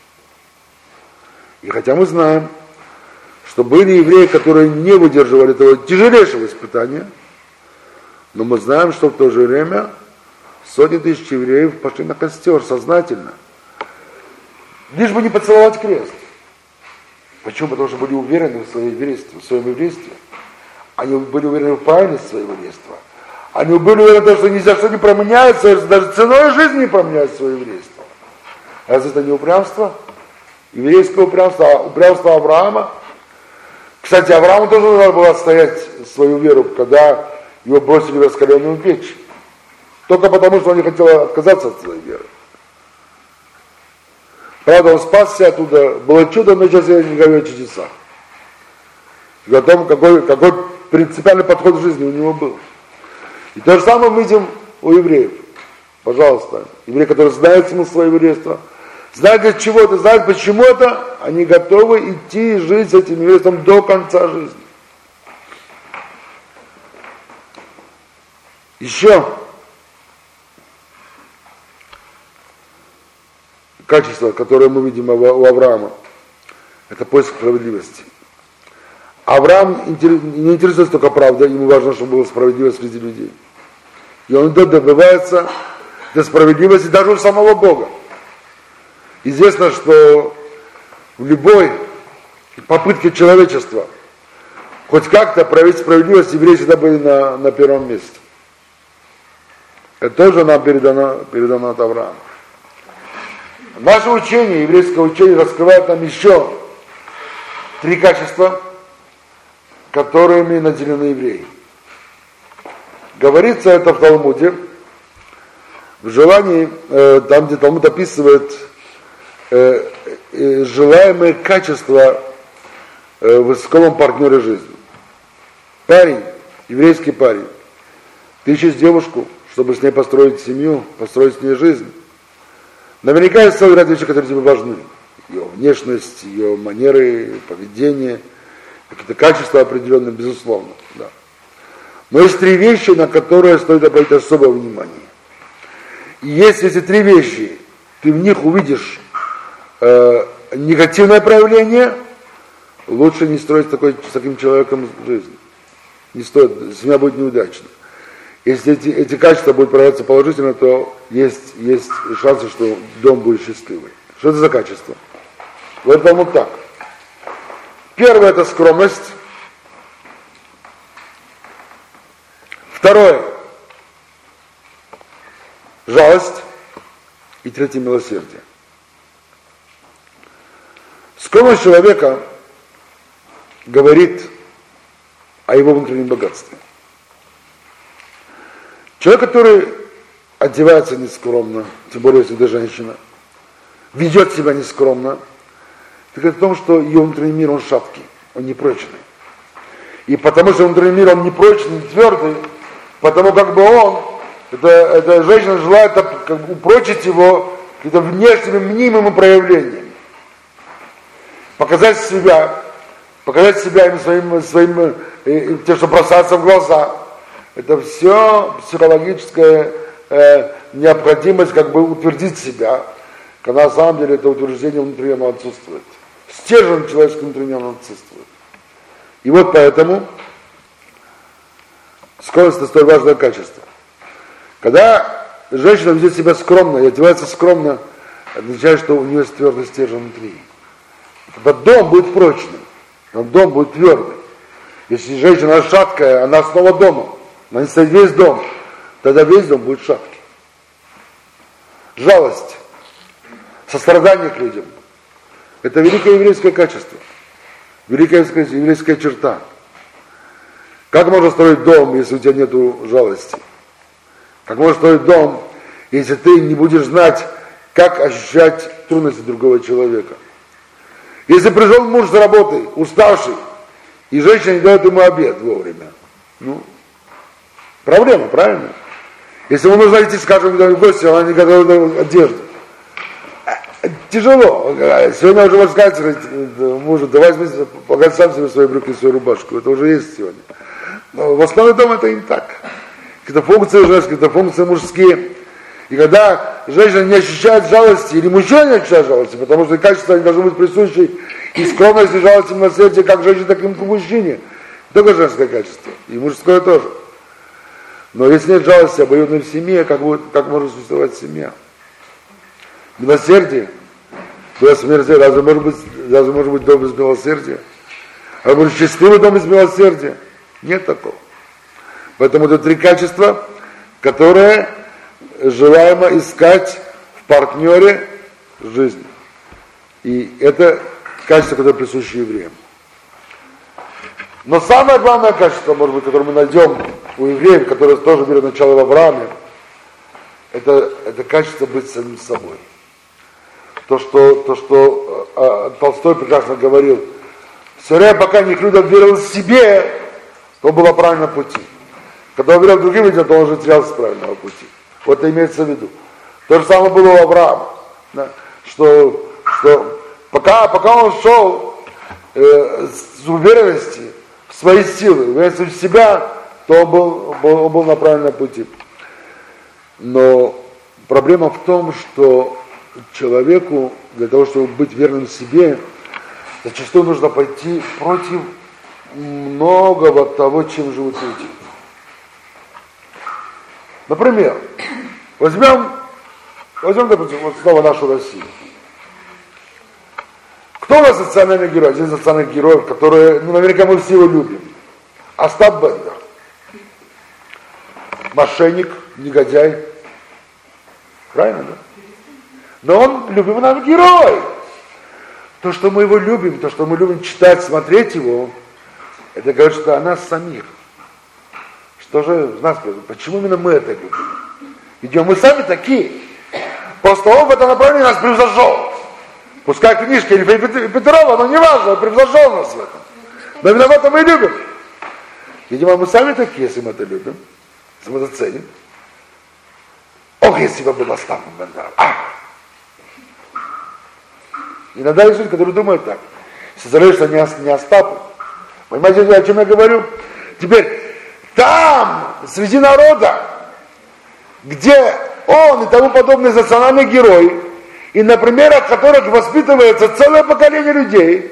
И хотя мы знаем, что были евреи, которые не выдерживали этого тяжелейшего испытания, но мы знаем, что в то же время сотни тысяч евреев пошли на костер сознательно, лишь бы не поцеловать крест. Почему? Потому что были уверены в своем еврействе, в своем еврействе. Они были уверены в правильности своего еврейства. Они были уверены в том, что нельзя, что не променяется, даже ценой жизни не променяет свое еврейство. Разве это не упрямство? Еврейское упрямство, а упрямство Авраама. Кстати, Аврааму тоже надо было отстоять свою веру, когда его бросили в раскаленную печь. Только потому, что он не хотел отказаться от своей веры. Правда, он спасся оттуда, было чудо, но сейчас я не говорю о чудесах. И о том, какой, какой принципиальный подход в жизни у него был. И то же самое мы видим у евреев. Пожалуйста, евреи, которые знают смысл своего еврейства, знают для чего это, знают почему это, они готовы идти и жить с этим еврейством до конца жизни. Еще качество, которое мы видим у Авраама, это поиск справедливости. Авраам не интересуется только правдой, ему важно, чтобы была справедливость среди людей. И он добивается до справедливости даже у самого Бога. Известно, что в любой попытке человечества хоть как-то проявить справедливость, евреи всегда были на, на первом месте. Это тоже нам передано, передано от Авраама. Наше учение, еврейское учение, раскрывает нам еще три качества, которыми наделены евреи. Говорится это в Талмуде, в желании, э, там, где Талмуд описывает э, э, желаемые качества э, в искомом партнере жизни. Парень, еврейский парень, ты ищешь девушку, чтобы с ней построить семью, построить с ней жизнь. Наверняка есть целый ряд вещей, которые тебе важны. Ее внешность, ее манеры, поведение, какие-то качества определенные, безусловно. Да. Но есть три вещи, на которые стоит обратить особое внимание. И если эти три вещи, ты в них увидишь э, негативное проявление, лучше не строить с, такой, с таким человеком жизнь. Не стоит, семья будет неудачна. Если эти, эти качества будут проявляться положительно, то есть, есть шансы, что дом будет счастливый. Что это за качество? Вот там вот так. Первое — это скромность. Второе — жалость. И третье — милосердие. Скромность человека говорит о его внутреннем богатстве. Человек, который одевается нескромно, тем более, если это женщина, ведет себя нескромно, это говорит о том, что ее внутренний мир, он шаткий, он непрочный. И потому что внутренний мир, он непрочный, не твердый, потому как бы он, эта, эта женщина желает как бы упрочить его какими-то внешними, мнимыми проявлениями. Показать себя, показать себя им своим, своим э, тем, что бросается в глаза. Это все психологическая э, необходимость как бы утвердить себя, когда на самом деле это утверждение внутреннего отсутствует. Стержень человеческого внутреннего отсутствует. И вот поэтому скромность — это столь важное качество. Когда женщина ведет себя скромно и одевается скромно, это означает, что у нее есть твердый стержень внутри. Тогда дом будет прочным, дом будет твердый. Если женщина шаткая, она основа дома. Она не стоит весь дом, тогда весь дом будет шаткий. Жалость, сострадание к людям — это великое еврейское качество, великая еврейская черта. Как можно строить дом, если у тебя нет жалости? Как можно строить дом, если ты не будешь знать, как ощущать трудности другого человека? Если пришел муж с работы, уставший, и женщина не дает ему обед вовремя. Ну, проблема, правильно? Если ему нужно идти, скажем, в гости, она не готовит одежду. Тяжело. Сегодня уже можно сказать мужу, давай погоди сам себе свои брюки, свою рубашку. Это уже есть сегодня. Но в основном дома это не так. Какие-то функции женские, какие-то функции мужские. И когда женщина не ощущает жалости, или мужчина не ощущает жалости, потому что качества они должны быть присущи и скромность, и жалость, и милосердие, как женщине, так и мужчине. Только женское качество. И мужское тоже. Но если нет жалости, обоюдной в семье, как, будет, как может существовать семья? Милосердие. Без милосердия. Разве может быть, разве может быть дом без милосердия? А может быть счастливый дом без милосердия? Нет такого. Поэтому это три качества, которые желаемо искать в партнере жизни. И это качество, которое присуще евреям. Но самое главное качество, может быть, которое мы найдем у евреев, которое тоже берет начало в Аврааме, это, это качество быть самим собой. То, что, то, что а, Толстой прекрасно говорил, все время, пока Неклюдов верил себе, то был на правильном пути. Когда он верил другим людям, то он уже терялся с правильного пути. Вот это имеется в виду. То же самое было у Авраама. Да, что, что пока, пока он шел э, с уверенностью в свои силы, уверенности в себя, то он был, был, он был на правильном пути. Но проблема в том, что человеку, для того, чтобы быть верным себе, зачастую нужно пойти против многого того, чем живут люди. Например, возьмем, возьмем, допустим, вот снова нашу Россию. Кто у нас национальный герой? Один из национальных героев, которые, ну, наверняка мы все его любим. Остап Бендер. Мошенник, негодяй. Правильно, да? Но он любимый наш герой. То, что мы его любим, то, что мы любим читать, смотреть его, это говорит, что о нас самих. Что же нас, почему именно мы это любим? Идем, мы сами такие. Просто он в этом направлении нас превзошел. Пускай книжка или Петрова, но не важно, он превзошел нас в этом. Но именно в этом мы и любим. Видимо, мы сами такие, если мы это любим, если мы это ценим. Ох, если бы был Остапом Бендером. А! Иногда есть люди, которые думают так. Сожалею, что не, не Остапом. Понимаете, о чем я говорю? Теперь, там, среди народа, где он и тому подобный национальный герой, и на примерах которых воспитывается целое поколение людей,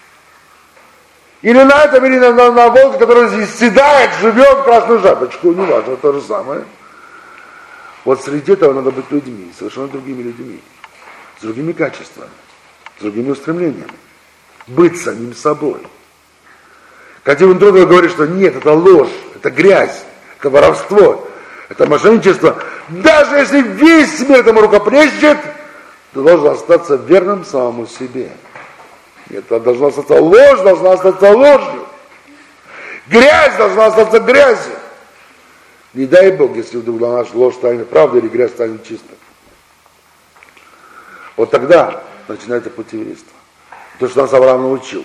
или на этом, или на, на, на волке, который здесь съедает, живет красную жабочку, неважно, то же самое. Вот среди этого надо быть людьми, совершенно другими людьми, с другими качествами, с другими устремлениями. Быть самим собой. Когда Иван Трудов говорит, что нет, это ложь, это грязь, это воровство, это мошенничество. Даже если весь мир этому рукоплещет, ты должен остаться верным самому себе. Это должна остаться ложь, должна остаться ложью. Грязь должна остаться грязью. Не дай Бог, если вдруг для нас ложь станет правдой или грязь станет чистой. Вот тогда начинается путь еврейства. То, что нас Авраам научил.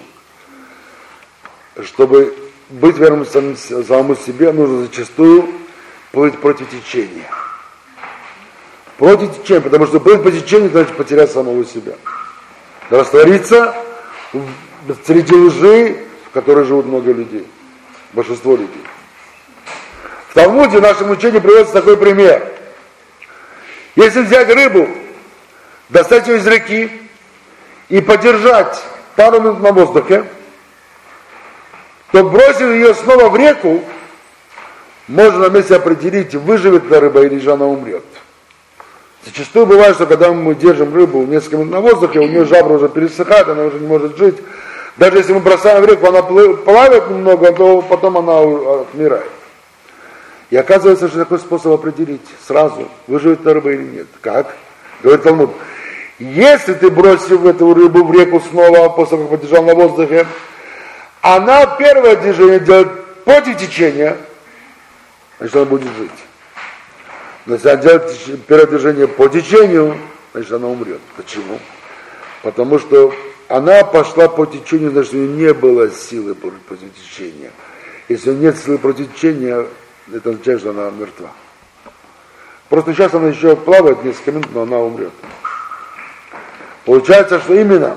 Чтобы быть верным самому, самому себе, нужно зачастую плыть против течения. Против течения, потому что плыть по течению значит потерять самого себя. Раствориться среди лжи, в которой живут много людей. Большинство людей. В Талмуде, в нашем учении приводится такой пример. Если взять рыбу, достать ее из реки и подержать пару минут на воздухе, то, бросив ее снова в реку, можно на месте определить, выживет ли рыба или же она умрет. Зачастую бывает, что когда мы держим рыбу несколько минут на воздухе, у нее жабра уже пересыхает, она уже не может жить. Даже если мы бросаем в реку, она плавает немного, то потом она отмирает. И оказывается, что такой способ определить сразу, выживет ли рыба или нет. Как? Говорит Талмуд. Если ты бросил эту рыбу в реку снова, после того, как подержал на воздухе, она первое движение делает против течения, значит, она будет жить. Но если она делает первое движение по течению, значит, она умрет. Почему? Потому что она пошла по течению, значит, у нее не было силы против течения. Если у нее нет силы против течения, это означает, что она мертва. Просто сейчас она еще плавает несколько минут, но она умрет. Получается, что именно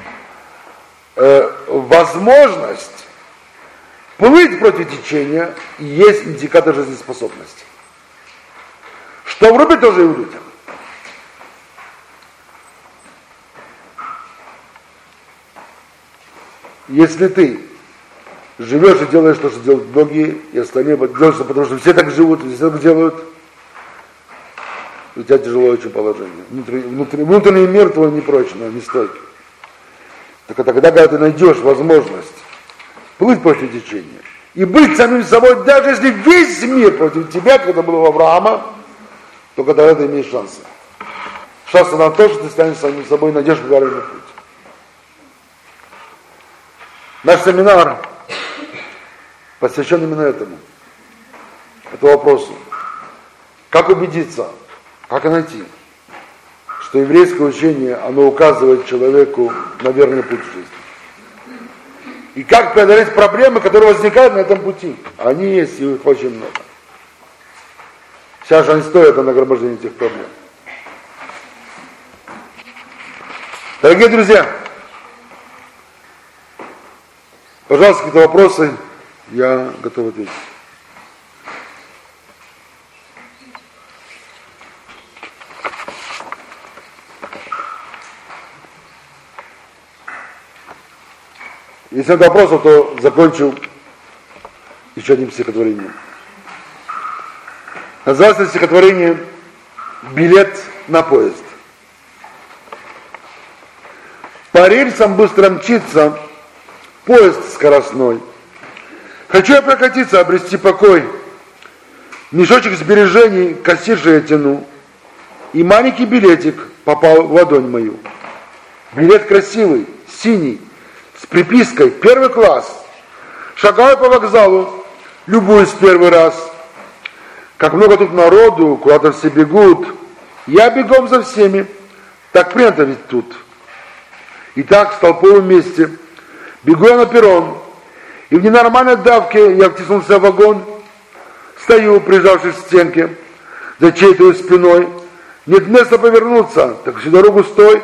э, возможность плыть против течения есть индикатор жизнеспособности. Что в рыбе тоже и в людях. Если ты живешь и делаешь то, что делают многие, и остальные делают, потому что все так живут, все так делают, у тебя тяжелое очень положение. Внутри, внутри, внутренний мир твой непрочный, не стойкий. Так тогда, когда ты найдешь возможность плыть против течения и быть самим собой, даже если весь мир против тебя, как это было у Авраама, только тогда ты имеешь шансы. Шансы на то, что ты станешь самим собой и найдешь правильный путь. Наш семинар посвящен именно этому, этому вопросу. Как убедиться, как найти, что еврейское учение, оно указывает человеку на верный путь в жизни. И как преодолеть проблемы, которые возникают на этом пути. Они есть, и их очень много. Сейчас же они стоят на нагромождение этих проблем. Дорогие друзья, пожалуйста, какие-то вопросы, я готов ответить. Если нет вопросов, то закончу еще одним стихотворением. Называется стихотворение «Билет на поезд». По рельсам быстро мчится поезд скоростной. Хочу я прокатиться, обрести покой. Мешочек сбережений кассирше я тяну. И маленький билетик попал в ладонь мою. Билет красивый, синий, с припиской «Первый класс». Шагаю по вокзалу, любуюсь первый раз. Как много тут народу, куда-то все бегут. Я бегом за всеми, так принято ведь тут. Итак, с толпой вместе бегу я на перрон, и в ненормальной давке я втиснулся в вагон. Стою, прижавшись к стенке, за чьей-то спиной. Нет места повернуться, так всю дорогу стой.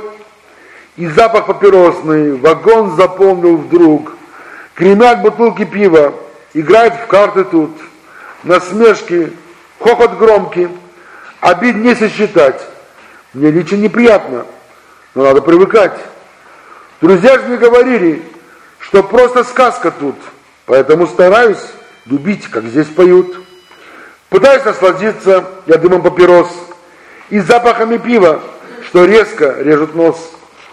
И запах папиросный вагон запомнил вдруг. Гремят бутылки пива, играют в карты тут. Насмешки, хохот громкий, обид не сосчитать. Мне лично неприятно, но надо привыкать. Друзья же мне говорили, что просто сказка тут, поэтому стараюсь любить, как здесь поют. Пытаюсь насладиться я дымом папирос и запахами пива, что резко режут нос.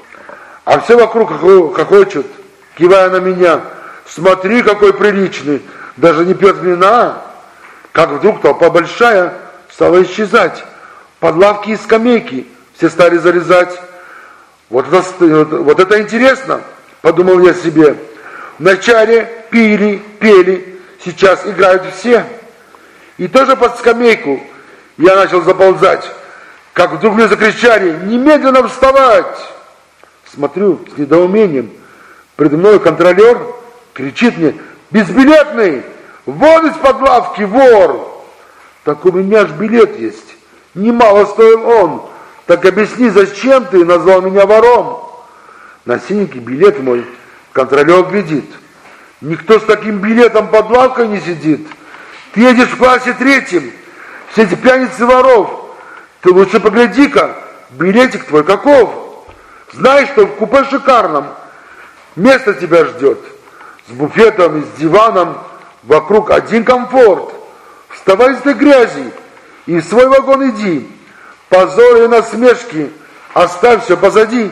А все вокруг хохочут, кивая на меня. Смотри, какой приличный, даже не пьет вина. Как вдруг толпа большая стала исчезать. Под лавки и скамейки все стали залезать. Вот это, вот это интересно, подумал я себе. Вначале пили, пели, сейчас играют все. И тоже под скамейку я начал заползать. Как вдруг мне закричали: немедленно вставать! Смотрю с недоумением. Предо мной контролер кричит мне: безбилетный! Вон из-под лавки, вор! Так у меня ж билет есть. Немало стоил он. Так объясни, зачем ты назвал меня вором? На синенький билет мой контролер глядит. Никто с таким билетом под лавкой не сидит. Ты едешь в классе третьем. Все эти пьяницы воров. Ты лучше погляди-ка, билетик твой каков? Знаешь, что в купе шикарном место тебя ждет. С буфетом и с диваном. Вокруг один комфорт. Вставай из этой грязи и в свой вагон иди. Позор и насмешки оставь все позади.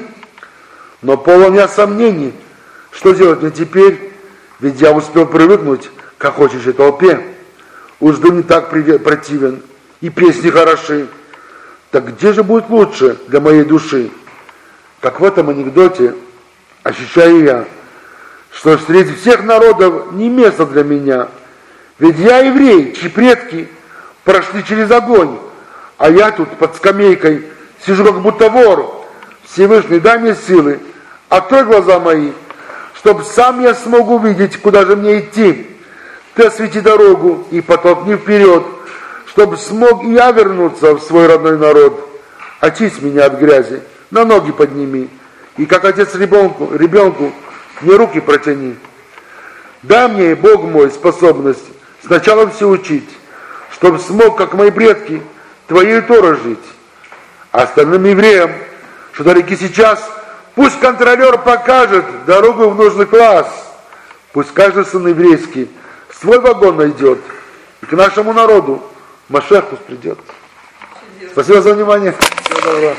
Но полон я сомнений, что делать мне теперь, ведь я успел привыкнуть к охотничьей толпе. Уж дым не так противен, и песни хороши. Так где же будет лучше для моей души? Как в этом анекдоте ощущаю я, что среди всех народов не место для меня. Ведь я еврей, чьи предки прошли через огонь, а я тут под скамейкой сижу как будто вор. Всевышний, дай мне силы Открой глаза мои, чтобы сам я смог увидеть, куда же мне идти. Ты освети дорогу и подтолкни вперед, чтобы смог и я вернуться в свой родной народ. Очисть меня от грязи, на ноги подними, и как отец ребенку, ребенку мне руки протяни. Дай мне, Бог мой, способность сначала все учить, чтобы смог, как мои предки, Твоей Торой жить. А остальным евреям, что далеки сейчас, пусть контролер покажет дорогу в нужный класс. Пусть каждый сын еврейский свой вагон найдет, и к нашему народу Машиах пусть придет. Спасибо за внимание. Всего доброго.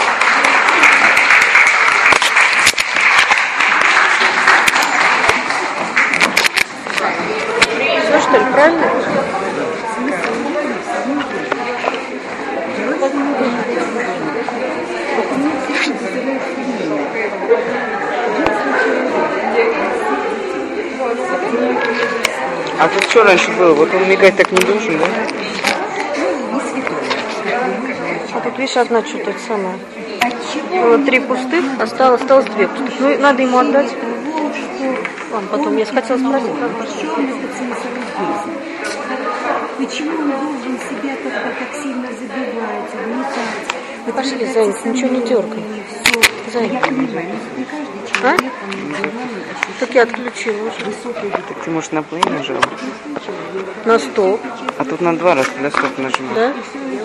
Все, что ли, правильно? А тут что раньше было? Вот он мигать так не должен, да? А тут, видишь, одна что-то самое. Было три пустых, осталось, осталось две пустых. Ну, надо ему отдать. Ладно, потом я хотела спросить. Почему он должен себя как-то так сильно забивать, угнетать? Пошли, Зайка, ничего не дергай. Зайка. А? Так я отключила уже. Так ты, может, на плей нажал? На стоп. А тут на два раза для стоп нажимать. Да?